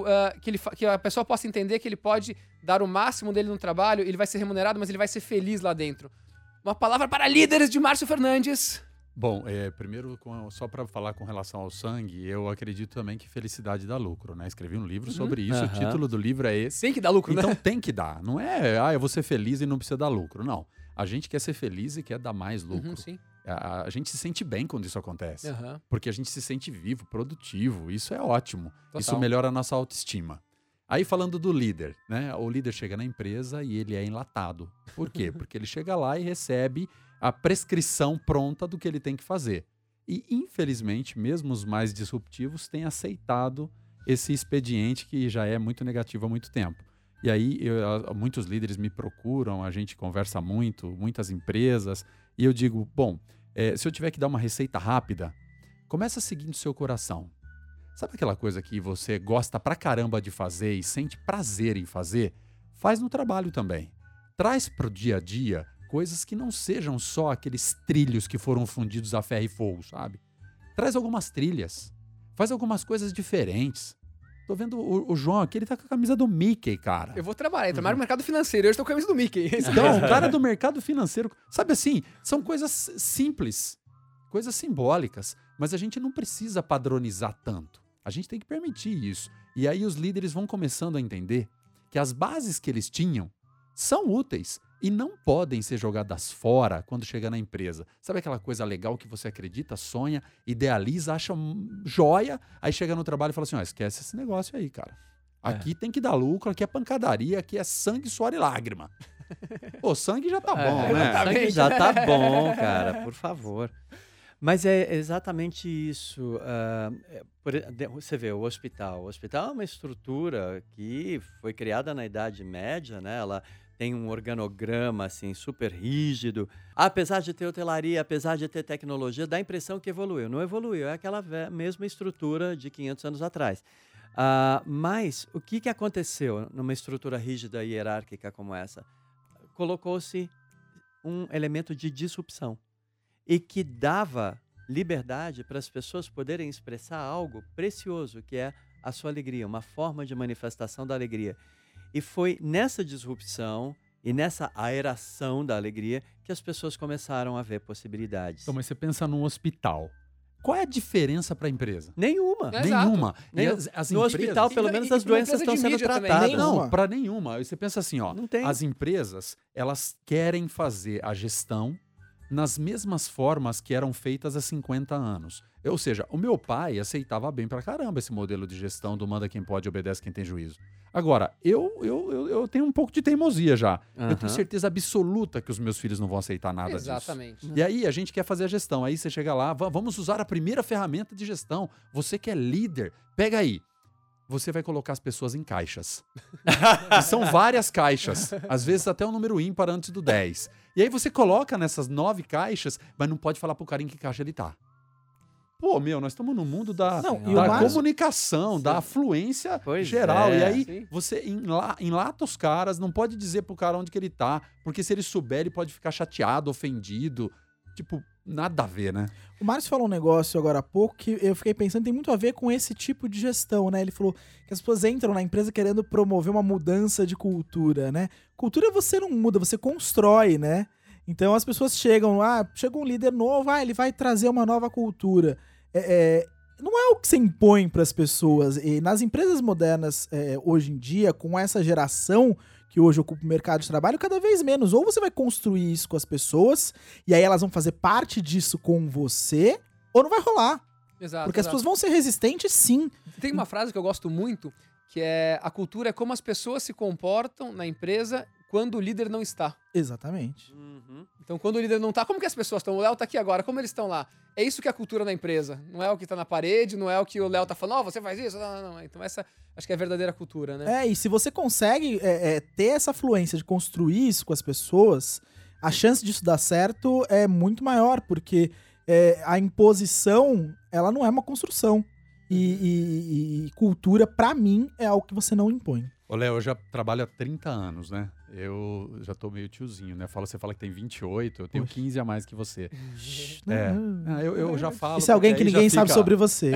que a pessoa possa entender que ele pode dar o máximo dele no trabalho, ele vai ser remunerado, mas ele vai ser feliz lá dentro. Uma palavra para líderes de Márcio Fernandes. Bom, primeiro, só para falar com relação ao sangue, eu acredito também que felicidade dá lucro, né? Escrevi um livro sobre isso, o título do livro é esse. Tem que dar lucro, então, né? Tem que dar. Não é, eu vou ser feliz e não precisa dar lucro. Não. A gente quer ser feliz e quer dar mais lucro. Sim. A gente se sente bem quando isso acontece. Uhum. Porque a gente se sente vivo, produtivo. Isso é ótimo. Total. Isso melhora a nossa autoestima. Aí falando do líder, né? O líder chega na empresa e ele é enlatado. Por quê? Porque ele chega lá e recebe a prescrição pronta do que ele tem que fazer. E, infelizmente, mesmo os mais disruptivos têm aceitado esse expediente que já é muito negativo há muito tempo. E aí, muitos líderes me procuram, a gente conversa muito, muitas empresas, e eu digo, bom, se eu tiver que dar uma receita rápida, começa seguindo o seu coração. Sabe aquela coisa que você gosta pra caramba de fazer e sente prazer em fazer? Faz no trabalho também. Traz pro dia a dia coisas que não sejam só aqueles trilhos que foram fundidos a ferro e fogo, sabe? Traz algumas trilhas. Faz algumas coisas diferentes. Tô vendo o João aqui, ele tá com a camisa do Mickey, cara. Eu vou trabalhar no mercado financeiro. Hoje tô com a camisa do Mickey. Então, o cara do mercado financeiro, sabe assim, são coisas simples, coisas simbólicas, mas a gente não precisa padronizar tanto. A gente tem que permitir isso. E aí os líderes vão começando a entender que as bases que eles tinham são úteis e não podem ser jogadas fora quando chega na empresa. Sabe aquela coisa legal que você acredita, sonha, idealiza, acha joia, aí chega no trabalho e fala assim, esquece esse negócio aí, cara. Aqui tem que dar lucro, aqui é pancadaria, aqui é sangue, suor e lágrima. Pô, sangue já tá bom, né? Sangue já tá bom, cara, por favor. Mas é exatamente isso. Você vê, o hospital. O hospital é uma estrutura que foi criada na Idade Média, né? Ela tem um organograma assim, super rígido. Apesar de ter hotelaria, apesar de ter tecnologia, dá a impressão que evoluiu. Não evoluiu, é aquela mesma estrutura de 500 anos atrás. Mas o que aconteceu numa estrutura rígida e hierárquica como essa? Colocou-se um elemento de disrupção e que dava liberdade para as pessoas poderem expressar algo precioso, que é a sua alegria, uma forma de manifestação da alegria. E foi nessa disrupção e nessa aeração da alegria que as pessoas começaram a ver possibilidades. Então, mas você pensa num hospital. Qual é a diferença para a empresa? Nenhuma. Nenhuma. E as no hospital, pelo menos, as doenças estão sendo tratadas. Não, para nenhuma. Você pensa assim, não tem. As empresas, elas querem fazer a gestão nas mesmas formas que eram feitas há 50 anos. Ou seja, o meu pai aceitava bem pra caramba esse modelo de gestão do manda quem pode, obedece quem tem juízo. Agora, eu tenho um pouco de teimosia já. Eu tenho certeza absoluta que os meus filhos não vão aceitar nada disso. Exatamente. E aí, a gente quer fazer a gestão. Aí você chega lá, vamos usar a primeira ferramenta de gestão. Você que é líder, pega aí. Você vai colocar as pessoas em caixas. E são várias caixas. Às vezes até o número ímpar antes do 10. E aí você coloca nessas 9 caixas, mas não pode falar pro cara em que caixa ele tá. Pô, nós estamos no mundo da comunicação, da afluência geral. E aí você enlata os caras, não pode dizer pro cara onde que ele tá, porque se ele souber, ele pode ficar chateado, ofendido. Tipo, nada a ver, né? O Márcio falou um negócio agora há pouco que eu fiquei pensando, tem muito a ver com esse tipo de gestão, né? Ele falou que as pessoas entram na empresa querendo promover uma mudança de cultura, né? Cultura você não muda, você constrói, né? Então as pessoas chegam, chega um líder novo, ele vai trazer uma nova cultura. Não é o que você impõe para as pessoas. E nas empresas modernas, hoje em dia, com essa geração que hoje ocupa o mercado de trabalho, cada vez menos. Ou você vai construir isso com as pessoas, e aí elas vão fazer parte disso com você, ou não vai rolar. Exato. Porque as pessoas vão ser resistentes, sim. Tem uma frase que eu gosto muito, que é: a cultura é como as pessoas se comportam na empresa quando o líder não está. Exatamente. Então, quando o líder não está, como que as pessoas estão? O Léo tá aqui agora, como eles estão lá? É isso que é a cultura da empresa. Não é o que tá na parede, não é o que o Léo tá falando, você faz isso? Não. Então, essa acho que é a verdadeira cultura, né? E se você consegue ter essa fluência de construir isso com as pessoas, a chance disso dar certo é muito maior, porque a imposição, ela não é uma construção. E cultura, pra mim, é algo que você não impõe. Ô, Léo, eu já trabalho há 30 anos, né? Eu já tô meio tiozinho, né? Você fala que tem 28, eu tenho 15 a mais que você. Eu já falo... Isso é alguém que ninguém sabe sobre você.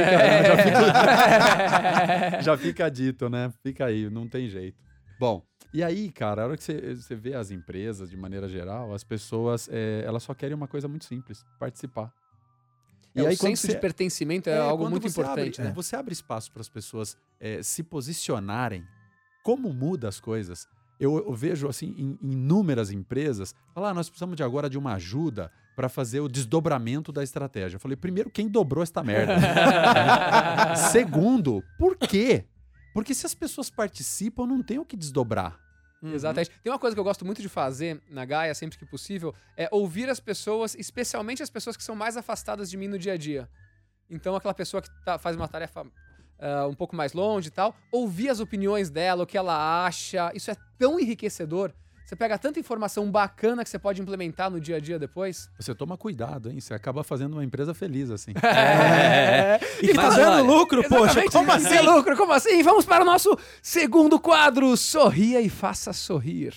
Já fica dito, né? Fica aí, não tem jeito. Bom, e aí, cara, a hora que você vê as empresas, de maneira geral, as pessoas, elas só querem uma coisa muito simples, participar. E aí, o senso de pertencimento é algo muito importante, né? Você abre espaço para as pessoas se posicionarem. Como muda as coisas? Eu vejo, assim, em inúmeras empresas, falar, nós precisamos agora de uma ajuda para fazer o desdobramento da estratégia. Eu falei, primeiro, quem dobrou esta merda? Segundo, por quê? Porque se as pessoas participam, não tem o que desdobrar. Exatamente. Tem uma coisa que eu gosto muito de fazer na Gaia, sempre que possível, é ouvir as pessoas, especialmente as pessoas que são mais afastadas de mim no dia a dia. Então, aquela pessoa que faz uma tarefa um pouco mais longe e tal, ouvir as opiniões dela, o que ela acha, isso é tão enriquecedor. Você pega tanta informação bacana que você pode implementar no dia a dia depois. Você toma cuidado, hein? Você acaba fazendo uma empresa feliz, assim. E tá dando lucro, poxa. Como assim? Lucro, como assim? Vamos para o nosso segundo quadro. Sorria e faça sorrir.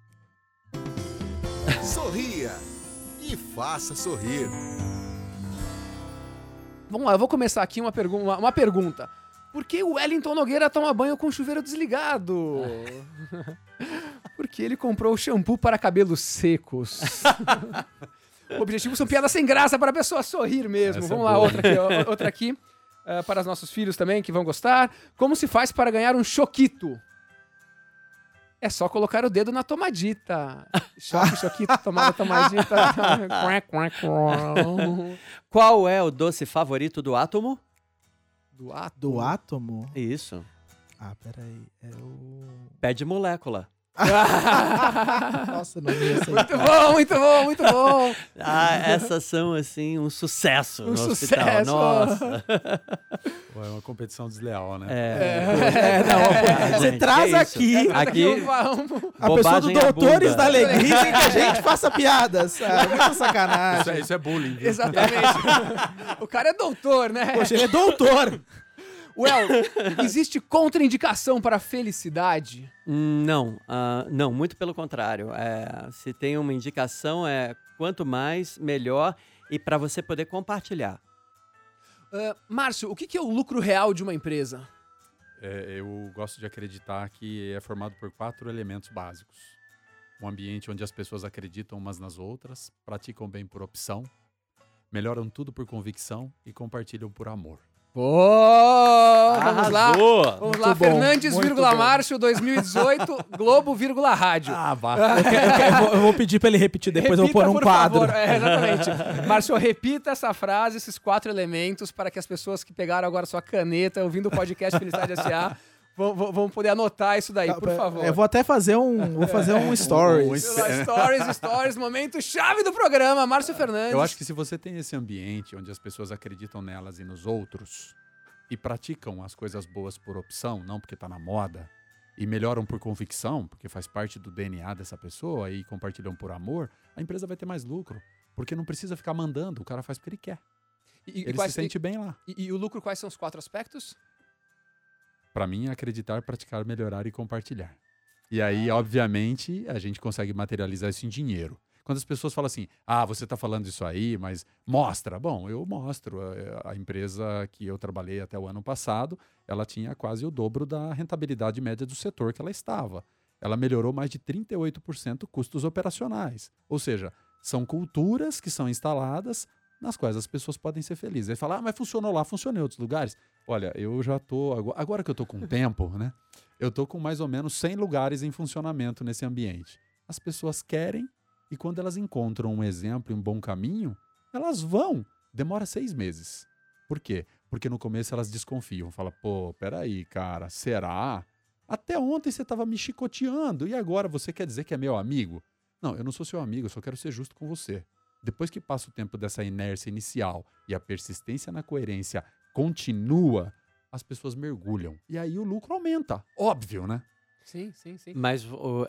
Sorria e faça sorrir. Vamos lá, eu vou começar aqui uma pergunta. Por que o Wellington Nogueira toma banho com o chuveiro desligado? Porque ele comprou shampoo para cabelos secos. O objetivo são piadas sem graça para a pessoa sorrir mesmo. Essa Vamos é lá, boa. outra aqui. Para os nossos filhos também, que vão gostar. Como se faz para ganhar um choquito? É só colocar o dedo na tomadita. Choquito, tomadita. Qual é o doce favorito do átomo? Do átomo? Isso. Ah, peraí. É o... Pé de molécula. Nossa, não ia ser. Muito bom. Essas são, assim, um sucesso no hospital. Sucesso. Nossa. Pô, é uma competição desleal, né? Você Gente, traz que isso? aqui Aqui, a pessoa do bobagem Doutores abunda. da Alegria e que a gente faça piadas. Muita sacanagem. Isso é bullying, viu? Exatamente. O cara é doutor, né? Poxa, ele é doutor. Well, existe contraindicação para a felicidade? Não, não, muito pelo contrário. Se tem uma indicação, quanto mais, melhor, e para você poder compartilhar. Márcio, o que é o lucro real de uma empresa? Eu gosto de acreditar que é formado por 4 elementos básicos. Um ambiente onde as pessoas acreditam umas nas outras, praticam bem por opção, melhoram tudo por convicção e compartilham por amor. Vamos lá. Arrasou! Vamos lá, Muito bom, Fernandes, muito vírgula bom. Márcio, 2018, Globo, vírgula Rádio. vá. Eu vou pedir pra ele repetir, depois eu vou pôr um por quadro. favor. Exatamente. Márcio, repita essa frase, esses 4 elementos, para que as pessoas que pegaram agora sua caneta, ouvindo o podcast Felicidade S.A., vão poder anotar isso daí, por favor. Eu vou até fazer um stories. Stories, momento chave do programa, Márcio Fernandes. Eu acho que se você tem esse ambiente onde as pessoas acreditam nelas e nos outros e praticam as coisas boas por opção, não porque tá na moda, e melhoram por convicção, porque faz parte do DNA dessa pessoa e compartilham por amor, a empresa vai ter mais lucro, porque não precisa ficar mandando, o cara faz porque ele quer. Ele se sente bem lá. E o lucro, quais são os 4 aspectos? Para mim, é acreditar, praticar, melhorar e compartilhar. E aí, obviamente, a gente consegue materializar isso em dinheiro. Quando as pessoas falam assim, você está falando isso aí, mas mostra. Bom, eu mostro. A empresa que eu trabalhei até o ano passado, ela tinha quase o dobro da rentabilidade média do setor que ela estava. Ela melhorou mais de 38% custos operacionais. Ou seja, são culturas que são instaladas nas quais as pessoas podem ser felizes. Aí fala, mas funcionou lá, funciona em outros lugares. Olha, eu já tô, agora que eu tô com tempo, né? Eu tô com mais ou menos 100 lugares em funcionamento nesse ambiente. As pessoas querem e quando elas encontram um exemplo e um bom caminho, elas vão. Demora 6 meses. Por quê? Porque no começo elas desconfiam. Fala, peraí, cara, será? Até ontem você tava me chicoteando e agora você quer dizer que é meu amigo? Não, eu não sou seu amigo, eu só quero ser justo com você. Depois que passa o tempo dessa inércia inicial e a persistência na coerência continua, as pessoas mergulham. E aí o lucro aumenta. Óbvio, né? Sim. Mas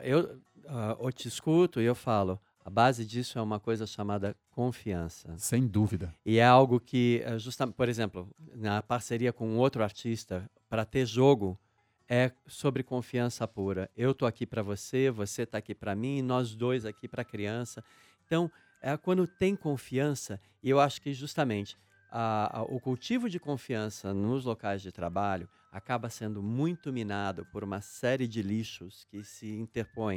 eu te escuto e eu falo, a base disso é uma coisa chamada confiança. Sem dúvida. E é algo que, justamente, por exemplo, na parceria com outro artista, para ter jogo, é sobre confiança pura. Eu tô aqui para você, você tá aqui para mim, nós dois aqui para a criança. Então, quando tem confiança, e eu acho que justamente o cultivo de confiança nos locais de trabalho acaba sendo muito minado por uma série de lixos que se interpõem.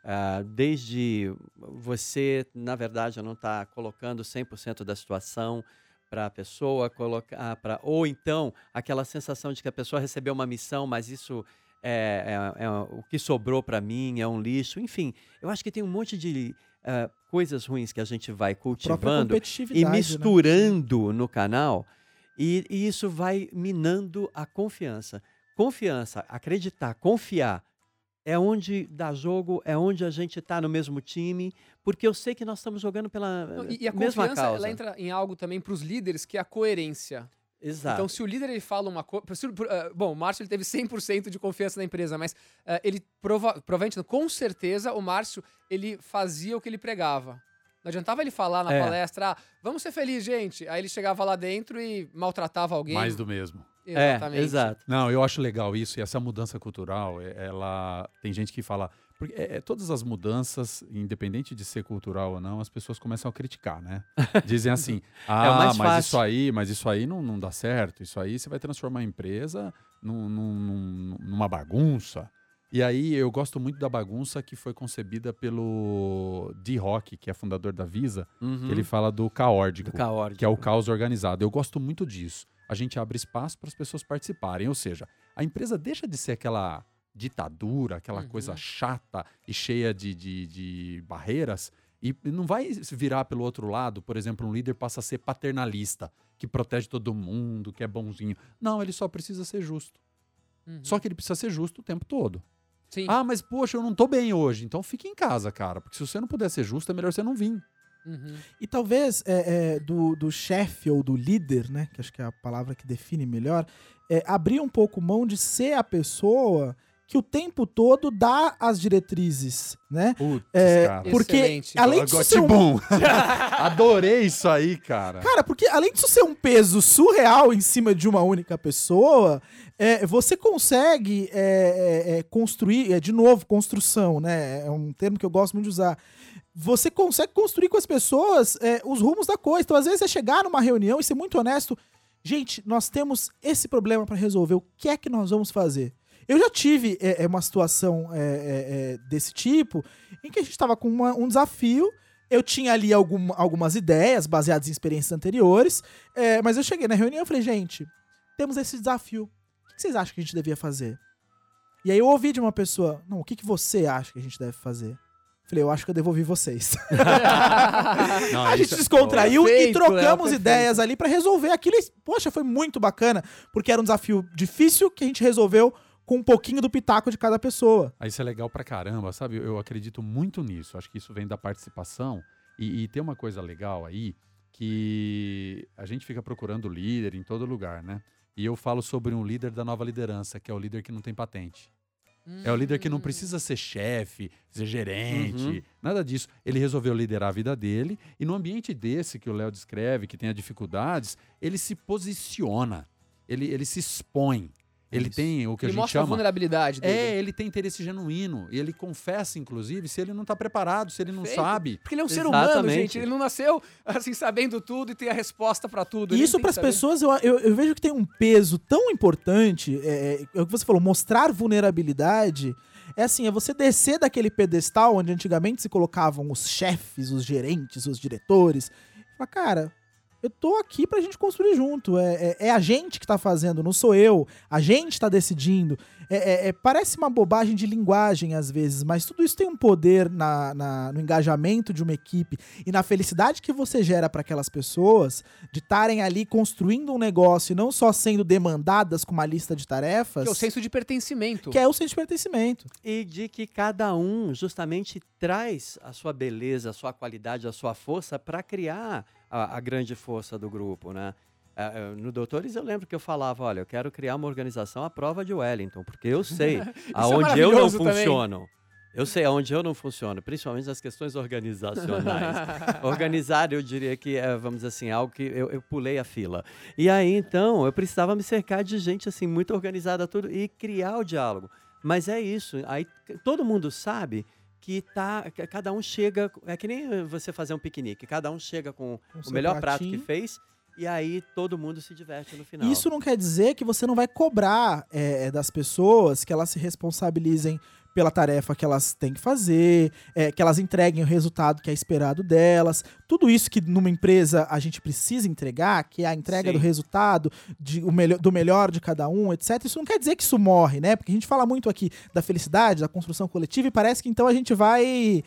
Desde você, na verdade, não está colocando 100% da situação para a pessoa colocar, ou então aquela sensação de que a pessoa recebeu uma missão, mas isso é o que sobrou para mim, é um lixo. Enfim, eu acho que tem um monte de coisas ruins que a gente vai cultivando e misturando no canal, e isso vai minando a confiança. Confiança, acreditar, confiar, é onde dá jogo, é onde a gente está no mesmo time, porque eu sei que nós estamos jogando pela E a mesma confiança, causa. ela entra em algo também para os líderes, que é a coerência. Exato. Então, se o líder ele fala uma coisa... bom, o Márcio ele teve 100% de confiança na empresa, mas ele provavelmente, com certeza, o Márcio ele fazia o que ele pregava. Não adiantava ele falar na palestra, vamos ser felizes, gente. Aí ele chegava lá dentro e maltratava alguém. Mais do mesmo. Exatamente. Exato. Não, eu acho legal isso, e essa mudança cultural, tem gente que fala, porque todas as mudanças, independente de ser cultural ou não, as pessoas começam a criticar, né? Dizem assim, mais fácil. mas isso aí não dá certo, isso aí você vai transformar a empresa numa bagunça. E aí eu gosto muito da bagunça que foi concebida pelo D. Rock, que é fundador da Visa, que ele fala do caótico, que é o caos organizado. Eu gosto muito disso. A gente abre espaço para as pessoas participarem. Ou seja, a empresa deixa de ser aquela ditadura, aquela coisa chata e cheia de barreiras, e não vai virar pelo outro lado. Por exemplo, um líder passa a ser paternalista, que protege todo mundo, que é bonzinho. Não, ele só precisa ser justo. Só que ele precisa ser justo o tempo todo. Sim. Ah, mas poxa, eu não tô bem hoje. Então fique em casa, cara. Porque se você não puder ser justo, é melhor você não vir. E talvez do chefe ou do líder, né, que acho que é a palavra que define melhor, abrir um pouco mão de ser a pessoa que o tempo todo dá as diretrizes, né? Putz, cara. Porque Excelente. além disso ser Bom. Adorei isso aí, cara. Cara, porque além disso ser um peso surreal em cima de uma única pessoa, você consegue construir, de novo, construção, né? É um termo que eu gosto muito de usar. Você consegue construir com as pessoas os rumos da coisa. Então, às vezes, você chegar numa reunião e ser muito honesto. Gente, nós temos esse problema para resolver. O que é que nós vamos fazer? Eu já tive uma situação desse tipo, em que a gente estava com um desafio. Eu tinha ali algumas ideias baseadas em experiências anteriores, mas eu cheguei na reunião e falei, gente, temos esse desafio. O que vocês acham que a gente devia fazer? E aí eu ouvi de uma pessoa, não, o que você acha que a gente deve fazer? Falei, eu acho que eu devolvi vocês. Não, A gente descontraiu Perfeito, e trocamos Léo, ideias ali pra resolver aquilo. E, poxa, foi muito bacana, porque era um desafio difícil que a gente resolveu com um pouquinho do pitaco de cada pessoa. Isso é legal pra caramba, sabe? Eu acredito muito nisso. Acho que isso vem da participação. E tem uma coisa legal aí, que a gente fica procurando líder em todo lugar, né? E eu falo sobre um líder da nova liderança, que é o líder que não tem patente. É o líder que não precisa ser chefe, ser gerente, nada disso. Ele resolveu liderar a vida dele e no ambiente desse que o Léo descreve, que tem as dificuldades, ele se posiciona, ele se expõe. Ele tem o que a gente mostra a chama... vulnerabilidade dele. ele tem interesse genuíno. E ele confessa, inclusive, se ele não está preparado, se ele não Perfeito. sabe. Porque ele é um ser humano, Exatamente. gente. Ele não nasceu assim, sabendo tudo e tem a resposta pra tudo. E Ele isso tem para que as saber. pessoas, eu vejo que tem um peso tão importante. É o que você falou, mostrar vulnerabilidade. É assim, é você descer daquele pedestal onde antigamente se colocavam os chefes, os gerentes, os diretores. E falar, cara, eu tô aqui pra gente construir junto. É a gente que tá fazendo, não sou eu. A gente tá decidindo. Parece uma bobagem de linguagem às vezes, mas tudo isso tem um poder no engajamento de uma equipe e na felicidade que você gera para aquelas pessoas de estarem ali construindo um negócio e não só sendo demandadas com uma lista de tarefas. Que é o senso de pertencimento. Que é o senso de pertencimento. E de que cada um justamente traz a sua beleza, a sua qualidade, a sua força para criar a grande força do grupo, né? No Doutores eu lembro que eu falava, olha, eu quero criar uma organização à prova de Wellington, porque eu sei aonde eu não maravilhoso também. funciono. Eu sei aonde eu não funciono, principalmente nas questões organizacionais. Organizar, eu diria que é, vamos dizer assim, algo que eu pulei a fila. E aí, então, eu precisava me cercar de gente assim muito organizada tudo e criar o diálogo. Mas é isso, aí todo mundo sabe que cada um chega, é que nem você fazer um piquenique, cada um chega com o seu melhor prato pratinho. que fez e aí todo mundo se diverte no final. Isso não quer dizer que você não vai cobrar das pessoas que elas se responsabilizem pela tarefa que elas têm que fazer, que elas entreguem o resultado que é esperado delas. Tudo isso que numa empresa a gente precisa entregar, que é a entrega Sim. do resultado, do melhor de cada um, etc. Isso não quer dizer que isso morre, né? Porque a gente fala muito aqui da felicidade, da construção coletiva, e parece que então a gente vai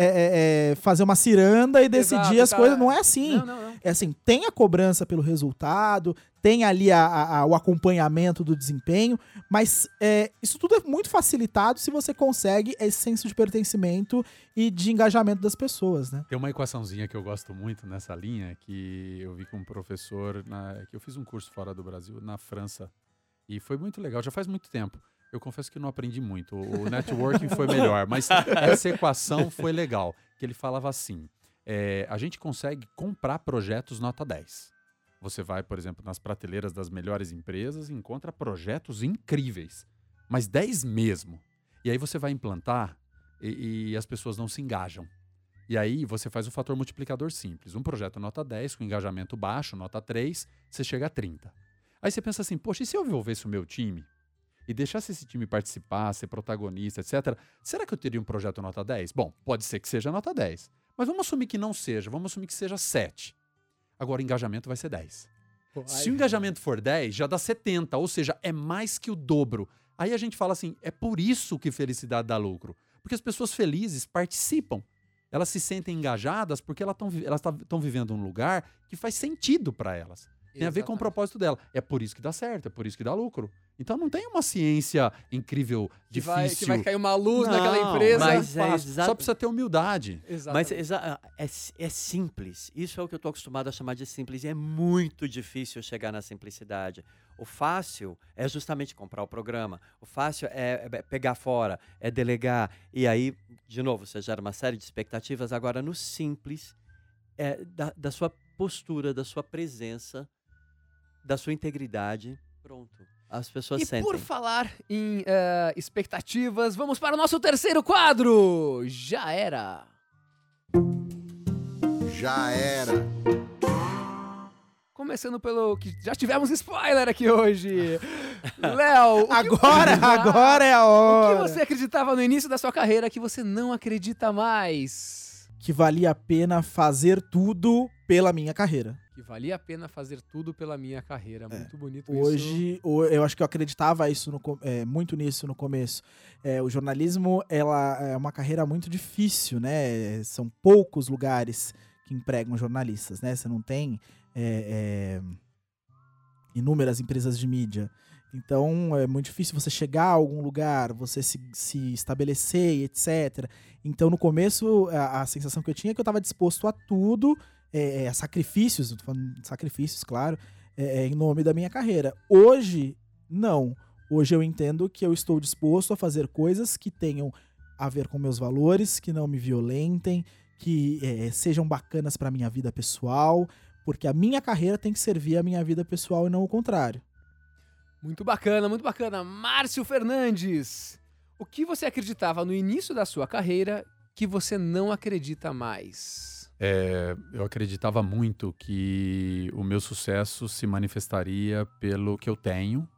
fazer uma ciranda e decidir Exato, as tá. coisas. Não é assim. Não. É assim, tem a cobrança pelo resultado, tem ali o acompanhamento do desempenho, mas isso tudo é muito facilitado se você consegue esse senso de pertencimento e de engajamento das pessoas, né? Tem uma equaçãozinha que eu gosto muito nessa linha, que eu vi com um professor, que eu fiz um curso fora do Brasil, na França, e foi muito legal, já faz muito tempo. Eu confesso que não aprendi muito, o networking foi melhor, mas essa equação foi legal, que ele falava assim, a gente consegue comprar projetos nota 10. Você vai, por exemplo, nas prateleiras das melhores empresas e encontra projetos incríveis, mas 10 mesmo. E aí você vai implantar e as pessoas não se engajam. E aí você faz um fator multiplicador simples. Um projeto nota 10, com engajamento baixo, nota 3, você chega a 30. Aí você pensa assim, poxa, e se eu envolvesse o meu time? e deixasse esse time participar, ser protagonista, etc., será que eu teria um projeto nota 10? Bom, pode ser que seja nota 10. Mas vamos assumir que não seja, vamos assumir que seja 7. Agora o engajamento vai ser 10. Se o engajamento for 10, já dá 70, ou seja, é mais que o dobro. Aí a gente fala assim, é por isso que felicidade dá lucro. Porque as pessoas felizes participam. Elas se sentem engajadas porque elas estão vivendo um lugar que faz sentido para elas. Tem a ver com o propósito dela. É por isso que dá certo, é por isso que dá lucro. Então não tem uma ciência incrível, difícil. Que vai cair uma luz naquela empresa. Mas só precisa ter humildade. Mas é simples. Isso é o que eu estou acostumado a chamar de simples. E é muito difícil chegar na simplicidade. O fácil é justamente comprar o programa. O fácil é pegar fora, é delegar. E aí, de novo, você gera uma série de expectativas. Agora, no simples, é da sua postura, da sua presença, da sua integridade. Pronto. As pessoas sentem. E por falar em expectativas, vamos para o nosso terceiro quadro. Já era. Já era. Começando pelo que já tivemos spoiler aqui hoje. Léo, agora é a hora. O que você acreditava no início da sua carreira que você não acredita mais? Que valia a pena fazer tudo pela minha carreira. Que valia a pena fazer tudo pela minha carreira. Muito bonito isso. Hoje, eu acho que eu acreditava muito nisso no começo. O jornalismo, ela é uma carreira muito difícil, né? São poucos lugares que empregam jornalistas, né? Você não tem inúmeras empresas de mídia. Então, é muito difícil você chegar a algum lugar, você se estabelecer, etc. Então, no começo, a sensação que eu tinha é que eu estava disposto a tudo, a sacrifícios, tô falando de sacrifícios, claro, em nome da minha carreira. Hoje, não. Hoje eu entendo que eu estou disposto a fazer coisas que tenham a ver com meus valores, que não me violentem, que sejam bacanas para minha vida pessoal, porque a minha carreira tem que servir a minha vida pessoal e não o contrário. Muito bacana, muito bacana. Márcio Fernandes, o que você acreditava no início da sua carreira que você não acredita mais? Eu acreditava muito que o meu sucesso se manifestaria pelo que eu tenho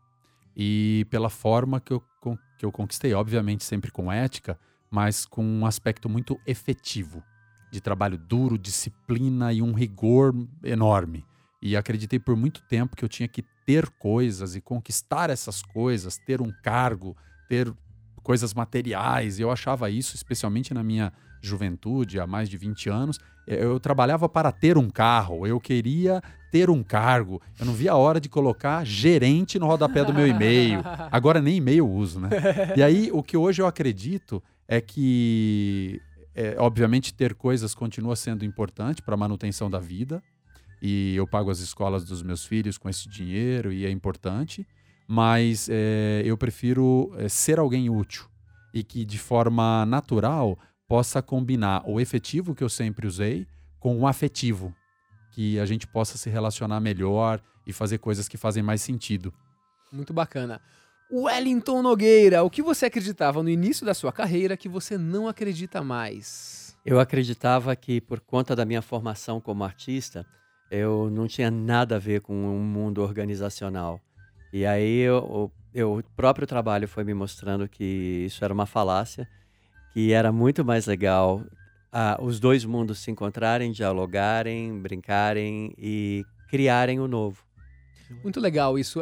e pela forma que eu conquistei, obviamente sempre com ética, mas com um aspecto muito efetivo, de trabalho duro, disciplina e um rigor enorme. E acreditei por muito tempo que eu tinha que ter coisas e conquistar essas coisas, ter um cargo, ter coisas materiais. E eu achava isso, especialmente na minha juventude, há mais de 20 anos. Eu trabalhava para ter um carro, eu queria ter um cargo. Eu não via a hora de colocar gerente no rodapé do meu e-mail. Agora nem e-mail eu uso, né? E aí, o que hoje eu acredito é que, obviamente, ter coisas continua sendo importante para a manutenção da vida. E eu pago as escolas dos meus filhos com esse dinheiro e é importante, mas eu prefiro ser alguém útil e que de forma natural possa combinar o efetivo que eu sempre usei com o afetivo, que a gente possa se relacionar melhor e fazer coisas que fazem mais sentido. Muito bacana. Wellington Nogueira, o que você acreditava no início da sua carreira que você não acredita mais? Eu acreditava que, por conta da minha formação como artista, eu não tinha nada a ver com um mundo organizacional. E aí o próprio trabalho foi me mostrando que isso era uma falácia, que era muito mais legal os dois mundos se encontrarem, dialogarem, brincarem e criarem o novo. Muito legal isso.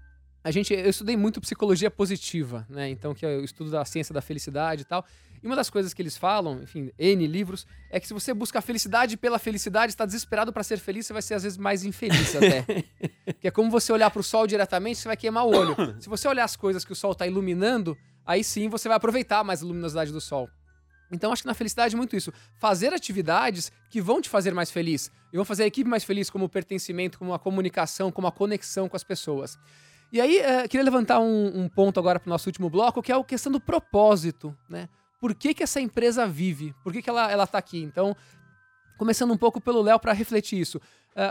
Eu estudei muito psicologia positiva, né? Então, que é o estudo da ciência da felicidade e tal. E uma das coisas que eles falam, enfim, N livros, é que se você busca a felicidade pela felicidade, está desesperado para ser feliz, você vai ser às vezes mais infeliz até. Que é como você olhar para o sol diretamente, você vai queimar o olho. Se você olhar as coisas que o sol está iluminando, aí sim você vai aproveitar mais a luminosidade do sol. Então, acho que na felicidade é muito isso. Fazer atividades que vão te fazer mais feliz. E vão fazer a equipe mais feliz, como o pertencimento, como a comunicação, como a conexão com as pessoas. E aí, queria levantar um ponto agora para o nosso último bloco, que é a questão do propósito, né? Por que essa empresa vive? Por que ela está aqui? Então, começando um pouco pelo Léo para refletir isso.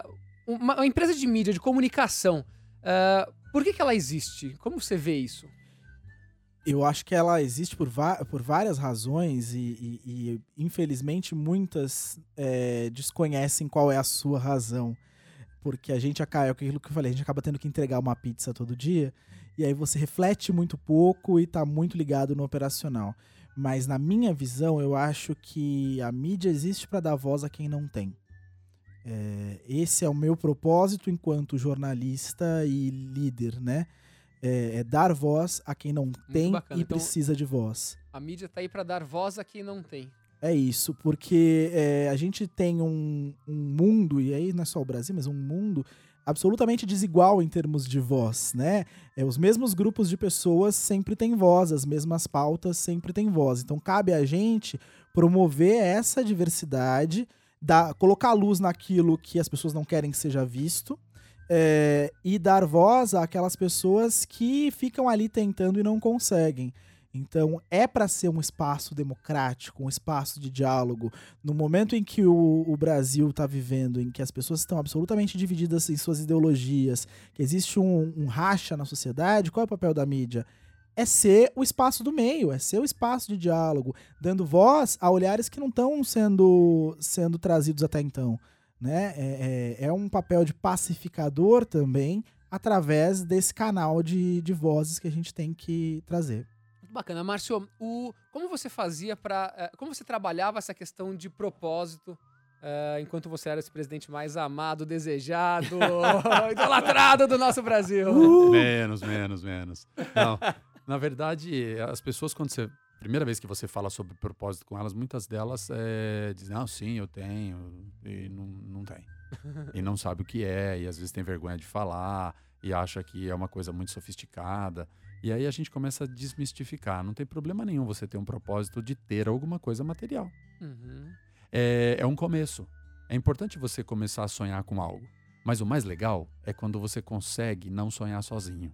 Uma empresa de mídia, de comunicação, por que ela existe? Como você vê isso? Eu acho que ela existe por várias razões e infelizmente, muitas desconhecem qual é a sua razão. Porque a gente acaba, é aquilo que eu falei, a gente acaba tendo que entregar uma pizza todo dia, e aí você reflete muito pouco e tá muito ligado no operacional. Mas na minha visão, eu acho que a mídia existe para dar voz a quem não tem. Esse é o meu propósito enquanto jornalista e líder, né? É dar voz a quem não tem bacana. e Então, precisa de voz. A mídia tá aí para dar voz a quem não tem. É isso, porque a gente tem um mundo, e aí não é só o Brasil, mas um mundo absolutamente desigual em termos de voz, né? Os mesmos grupos de pessoas sempre têm voz, as mesmas pautas sempre têm voz. Então cabe a gente promover essa diversidade, colocar luz naquilo que as pessoas não querem que seja visto, e dar voz àquelas pessoas que ficam ali tentando e não conseguem. Então, é para ser um espaço democrático, um espaço de diálogo. No momento em que o Brasil está vivendo, em que as pessoas estão absolutamente divididas em suas ideologias, que existe um racha na sociedade, qual é o papel da mídia? É ser o espaço do meio, é ser o espaço de diálogo, dando voz a olhares que não estão sendo trazidos até então, né? É um papel de pacificador também, através desse canal de vozes que a gente tem que trazer. Bacana. Márcio, como você como você trabalhava essa questão de propósito enquanto você era esse presidente mais amado, desejado, idolatrado do nosso Brasil? Menos. Não, na verdade, as pessoas, primeira vez que você fala sobre propósito com elas, muitas delas dizem, sim, eu tenho, e não tem. E não sabe o que é, e às vezes tem vergonha de falar, e acha que é uma coisa muito sofisticada. E aí a gente começa a desmistificar. Não tem problema nenhum você ter um propósito de ter alguma coisa material. Uhum. É um começo. É importante você começar a sonhar com algo. Mas o mais legal é quando você consegue não sonhar sozinho.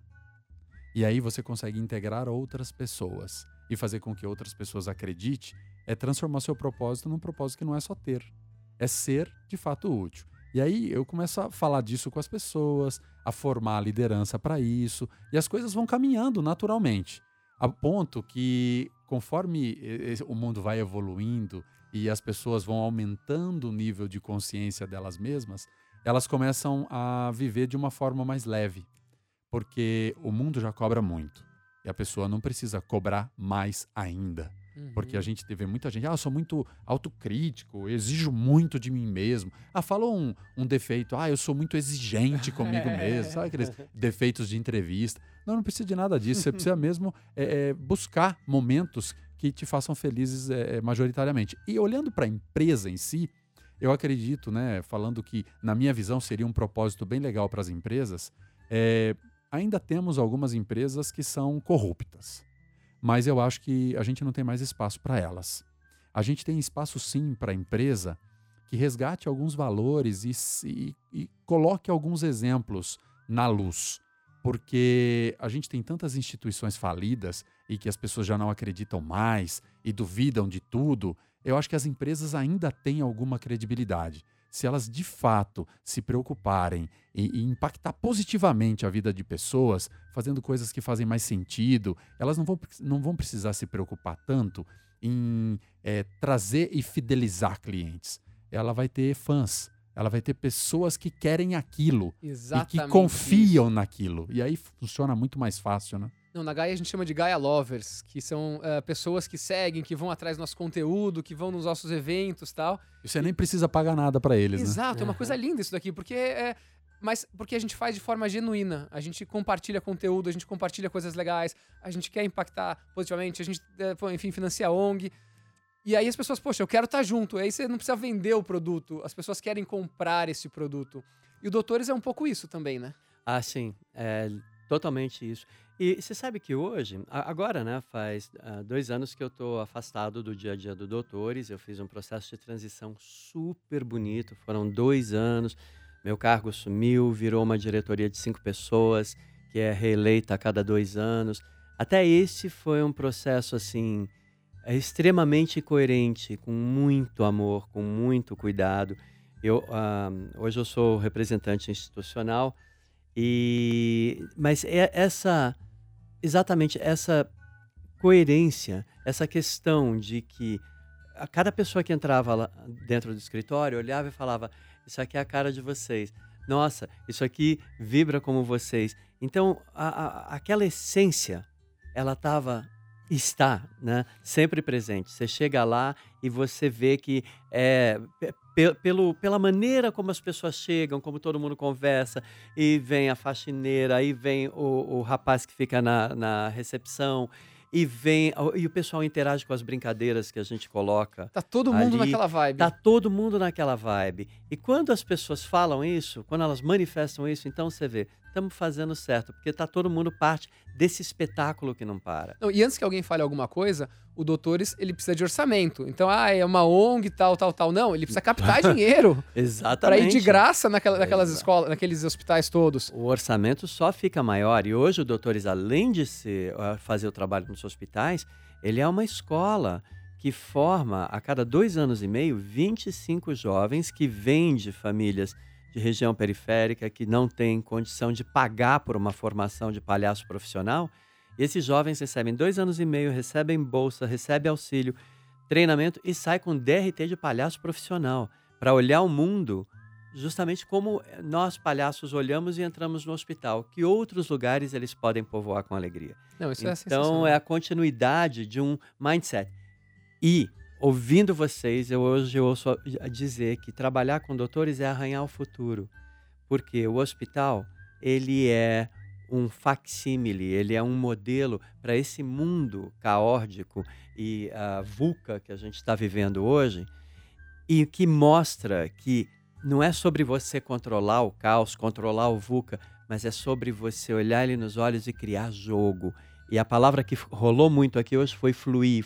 E aí você consegue integrar outras pessoas e fazer com que outras pessoas acreditem. É transformar seu propósito num propósito que não é só ter. É ser, de fato, útil. E aí eu começo a falar disso com as pessoas, a formar a liderança para isso, e as coisas vão caminhando naturalmente. A ponto que, conforme o mundo vai evoluindo e as pessoas vão aumentando o nível de consciência delas mesmas, elas começam a viver de uma forma mais leve. Porque o mundo já cobra muito. E a pessoa não precisa cobrar mais ainda. Porque a gente vê muita gente, eu sou muito autocrítico, exijo muito de mim mesmo. Fala um defeito, eu sou muito exigente comigo mesmo. Sabe aqueles defeitos de entrevista? Não precisa de nada disso. Você precisa mesmo buscar momentos que te façam felizes majoritariamente. E olhando para a empresa em si, eu acredito, né, falando que na minha visão seria um propósito bem legal para as empresas, ainda temos algumas empresas que são corruptas. Mas eu acho que a gente não tem mais espaço para elas. A gente tem espaço sim para a empresa que resgate alguns valores e coloque alguns exemplos na luz. Porque a gente tem tantas instituições falidas e que as pessoas já não acreditam mais e duvidam de tudo. Eu acho que as empresas ainda têm alguma credibilidade. Se elas de fato se preocuparem e impactar positivamente a vida de pessoas, fazendo coisas que fazem mais sentido, elas não vão precisar se preocupar tanto em trazer e fidelizar clientes. Ela vai ter fãs, ela vai ter pessoas que querem aquilo. Exatamente, e que confiam naquilo. E aí funciona muito mais fácil, né? Não, na Gaia a gente chama de Gaia Lovers, que são pessoas que seguem, que vão atrás do nosso conteúdo, que vão nos nossos eventos e tal. E você nem precisa pagar nada para eles, né? Exato, é uma coisa linda isso daqui, porque a gente faz de forma genuína. A gente compartilha conteúdo, a gente compartilha coisas legais, a gente quer impactar positivamente, a gente, enfim, financia a ONG. E aí as pessoas, poxa, eu quero estar junto. Aí você não precisa vender o produto, as pessoas querem comprar esse produto. E o Doutores é um pouco isso também, né? Sim, totalmente isso. E você sabe que hoje, agora, né, faz 2 anos que eu estou afastado do dia a dia do Doutores. Eu fiz um processo de transição super bonito, foram 2 anos. Meu cargo sumiu, virou uma diretoria de 5 pessoas, que é reeleita a cada 2 anos. Até esse foi um processo, assim, extremamente coerente, com muito amor, com muito cuidado. Hoje eu sou representante institucional, mas exatamente essa coerência, essa questão de que cada pessoa que entrava lá dentro do escritório olhava e falava, isso aqui é a cara de vocês. nossa, isso aqui vibra como vocês. Então, aquela essência, ela está, né, sempre presente. Você chega lá e você vê que pela maneira como as pessoas chegam, como todo mundo conversa, e vem a faxineira, aí vem o rapaz que fica na recepção, e o pessoal interage com as brincadeiras que a gente coloca. Tá todo mundo ali. naquela vibe. Tá todo mundo naquela vibe. E quando as pessoas falam isso, quando elas manifestam isso, então você vê, estamos fazendo certo, porque tá todo mundo parte desse espetáculo que não para. Não, e antes que alguém fale alguma coisa, o Doutores, ele precisa de orçamento. Então, é uma ONG, tal. Não, ele precisa captar dinheiro. Exatamente. Para ir de graça naquelas escolas, naqueles hospitais todos. O orçamento só fica maior. E hoje o Doutores, além de fazer o trabalho nos hospitais, ele é uma escola que forma, a cada 2 anos e meio, 25 jovens que vêm de famílias de região periférica, que não têm condição de pagar por uma formação de palhaço profissional. E esses jovens recebem 2 anos e meio, recebem bolsa, recebem auxílio, treinamento e saem com DRT de palhaço profissional, para olhar o mundo justamente como nós palhaços olhamos e entramos no hospital, que outros lugares eles podem povoar com alegria. Não, isso é Então sensacional. é a continuidade de um mindset. E, ouvindo vocês, hoje eu ouço dizer que trabalhar com doutores é arranhar o futuro, porque o hospital, ele é um facsímile, ele é um modelo para esse mundo caótico e VUCA que a gente está vivendo hoje, e que mostra que não é sobre você controlar o caos, controlar o VUCA, mas é sobre você olhar ele nos olhos e criar jogo. E a palavra que rolou muito aqui hoje foi fluir.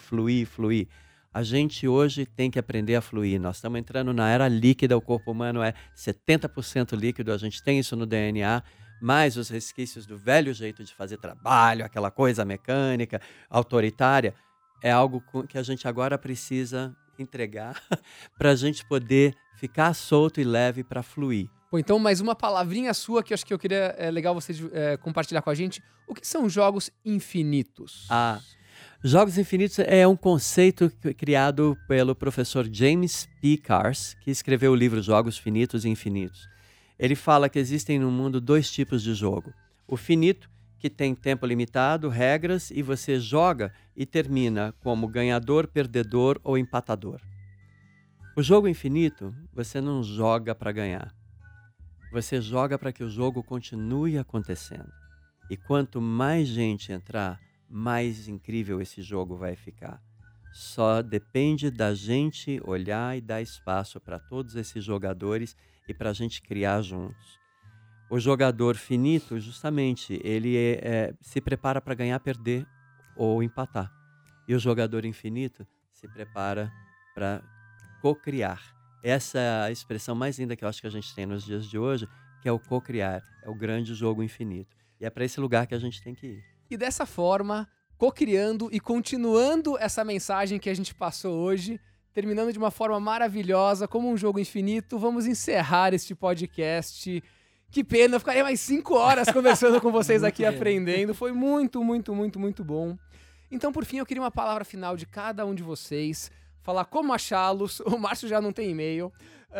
A gente hoje tem que aprender a fluir. Nós estamos entrando na era líquida, o corpo humano é 70% líquido, a gente tem isso no DNA, mas os resquícios do velho jeito de fazer trabalho, aquela coisa mecânica, autoritária, é algo que a gente agora precisa entregar para a gente poder ficar solto e leve para fluir. Pô, então, mais uma palavrinha sua que eu acho que eu queria, legal você compartilhar com a gente. O que são jogos infinitos? Jogos infinitos é um conceito criado pelo professor James P. Cars, que escreveu o livro Jogos Finitos e Infinitos. Ele fala que existem no mundo 2 tipos de jogo. O finito, que tem tempo limitado, regras, e você joga e termina como ganhador, perdedor ou empatador. O jogo infinito, você não joga para ganhar. Você joga para que o jogo continue acontecendo. E quanto mais gente entrar, mais incrível esse jogo vai ficar. Só depende da gente olhar e dar espaço para todos esses jogadores e para a gente criar juntos. O jogador finito, justamente, ele se prepara para ganhar, perder ou empatar. E o jogador infinito se prepara para co-criar. Essa é a expressão mais linda que eu acho que a gente tem nos dias de hoje, que é o co-criar, é o grande jogo infinito. E é para esse lugar que a gente tem que ir. E dessa forma, co-criando e continuando essa mensagem que a gente passou hoje, terminando de uma forma maravilhosa, como um jogo infinito, vamos encerrar este podcast. Que pena, eu ficaria mais 5 horas conversando com vocês aqui, aprendendo. Foi muito, muito, muito, muito bom. Então, por fim, eu queria uma palavra final de cada um de vocês, falar como achá-los. O Márcio já não tem e-mail.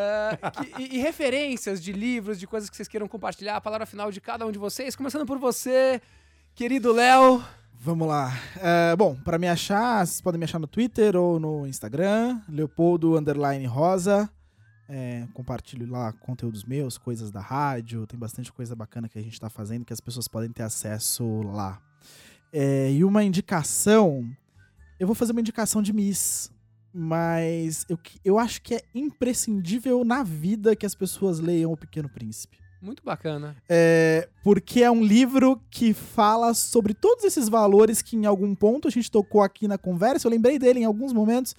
E referências de livros, de coisas que vocês queiram compartilhar. A palavra final de cada um de vocês. Começando por você, querido Léo. Vamos lá. Bom, para me achar, vocês podem me achar no Twitter ou no Instagram, Leopoldo_Rosa. Compartilho lá conteúdos meus, coisas da rádio. Tem bastante coisa bacana que a gente tá fazendo que as pessoas podem ter acesso lá. E uma indicação, eu vou fazer uma indicação de Miss, mas eu acho que é imprescindível na vida que as pessoas leiam O Pequeno Príncipe. Muito bacana. Porque é um livro que fala sobre todos esses valores que em algum ponto a gente tocou aqui na conversa, eu lembrei dele em alguns momentos,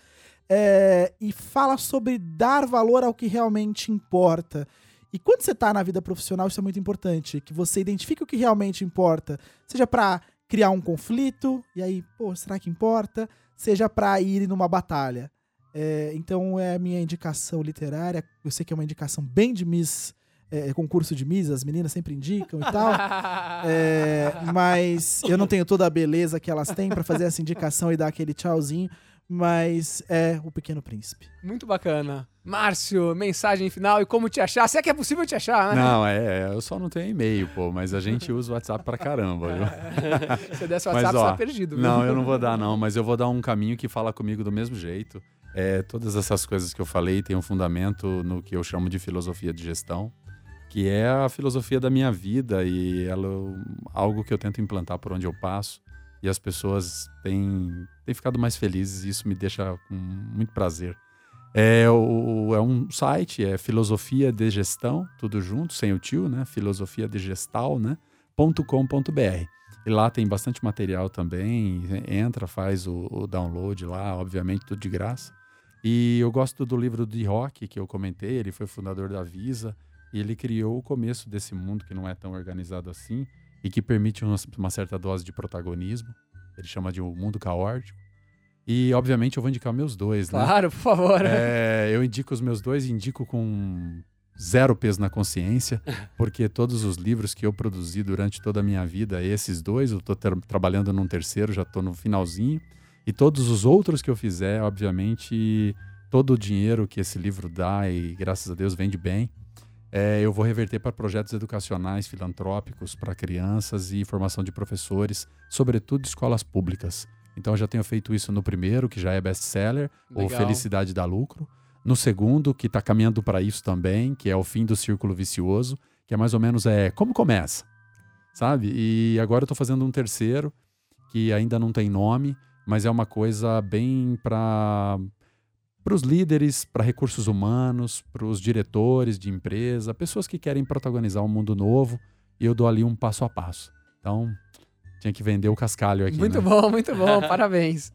e fala sobre dar valor ao que realmente importa. E quando você tá na vida profissional, isso é muito importante, que você identifique o que realmente importa, seja pra criar um conflito, e aí, será que importa? Seja pra ir numa batalha. Então é a minha indicação literária, eu sei que é uma indicação bem de Miss, concurso de Miss, as meninas sempre indicam e tal, mas eu não tenho toda a beleza que elas têm pra fazer essa indicação e dar aquele tchauzinho, mas é O Pequeno Príncipe. Muito bacana. Márcio, mensagem final e como te achar? Se é que é possível te achar, né? Não, eu só não tenho e-mail, pô, mas a gente usa o WhatsApp pra caramba, viu? Se eu desse o WhatsApp, você tá perdido. Viu? Não, eu não vou dar não, mas eu vou dar um caminho que fala comigo do mesmo jeito. Todas essas coisas que eu falei têm um fundamento no que eu chamo de filosofia de gestão, que é a filosofia da minha vida e algo que eu tento implantar por onde eu passo. E as pessoas têm ficado mais felizes e isso me deixa com muito prazer. É um site, Filosofia de Gestão, tudo junto, sem o tio, né? Filosofia de Gestal, né? .com.br. E lá tem bastante material também. Entra, faz o download lá, obviamente, tudo de graça. E eu gosto do livro do Rock, que eu comentei. Ele foi fundador da Visa. E ele criou o começo desse mundo que não é tão organizado assim e que permite uma certa dose de protagonismo. Ele chama de um mundo caótico. E, obviamente, eu vou indicar meus dois, né? Claro, por favor. Eu indico os meus dois, indico com zero peso na consciência, porque todos os livros que eu produzi durante toda a minha vida, esses dois, eu estou trabalhando num terceiro, já estou no finalzinho. E todos os outros que eu fizer, obviamente, todo o dinheiro que esse livro dá, e graças a Deus vende bem, eu vou reverter para projetos educacionais, filantrópicos, para crianças e formação de professores, sobretudo escolas públicas. Então eu já tenho feito isso no primeiro, que já é best-seller, ou Felicidade dá Lucro. No segundo, que está caminhando para isso também, que é O Fim do Círculo Vicioso, que é mais ou menos como começa, sabe? E agora eu estou fazendo um terceiro, que ainda não tem nome, mas é uma coisa bem para os líderes, para recursos humanos, para os diretores de empresa, pessoas que querem protagonizar um mundo novo, e eu dou ali um passo a passo. Então, tinha que vender o cascalho aqui, Muito né? muito bom, parabéns.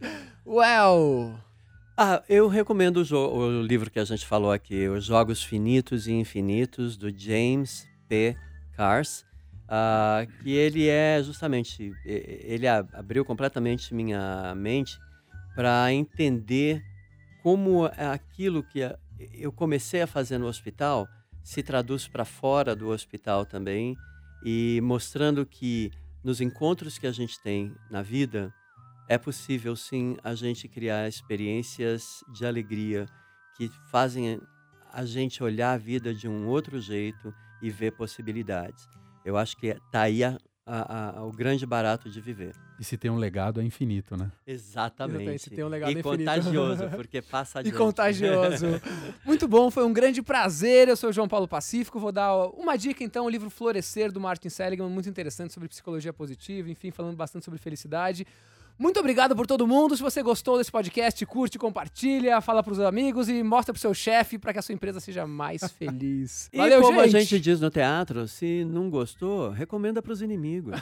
Eu recomendo o livro que a gente falou aqui, Os Jogos Finitos e Infinitos, do James P. Cars, que ele justamente, ele abriu completamente minha mente para entender como aquilo que eu comecei a fazer no hospital se traduz para fora do hospital também, e mostrando que nos encontros que a gente tem na vida, é possível sim a gente criar experiências de alegria que fazem a gente olhar a vida de um outro jeito e ver possibilidades. Eu acho que tá aí o grande barato de viver. E se tem um legado, é infinito, né? Exatamente. Se tem um legado infinito. Contagioso, porque passa adiante. E contagioso. Muito bom, foi um grande prazer. Eu sou o João Paulo Pacífico. Vou dar uma dica, então, o livro Florescer, do Martin Seligman, muito interessante sobre psicologia positiva, enfim, falando bastante sobre felicidade. Muito obrigado por todo mundo. Se você gostou desse podcast, curte, compartilha, fala pros amigos e mostra pro seu chefe para que a sua empresa seja mais feliz. Valeu, como a gente diz no teatro, se não gostou, recomenda pros inimigos.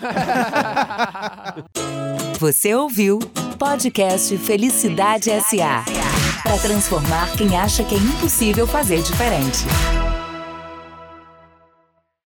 Você ouviu Podcast Felicidade S.A. para transformar quem acha que é impossível fazer diferente.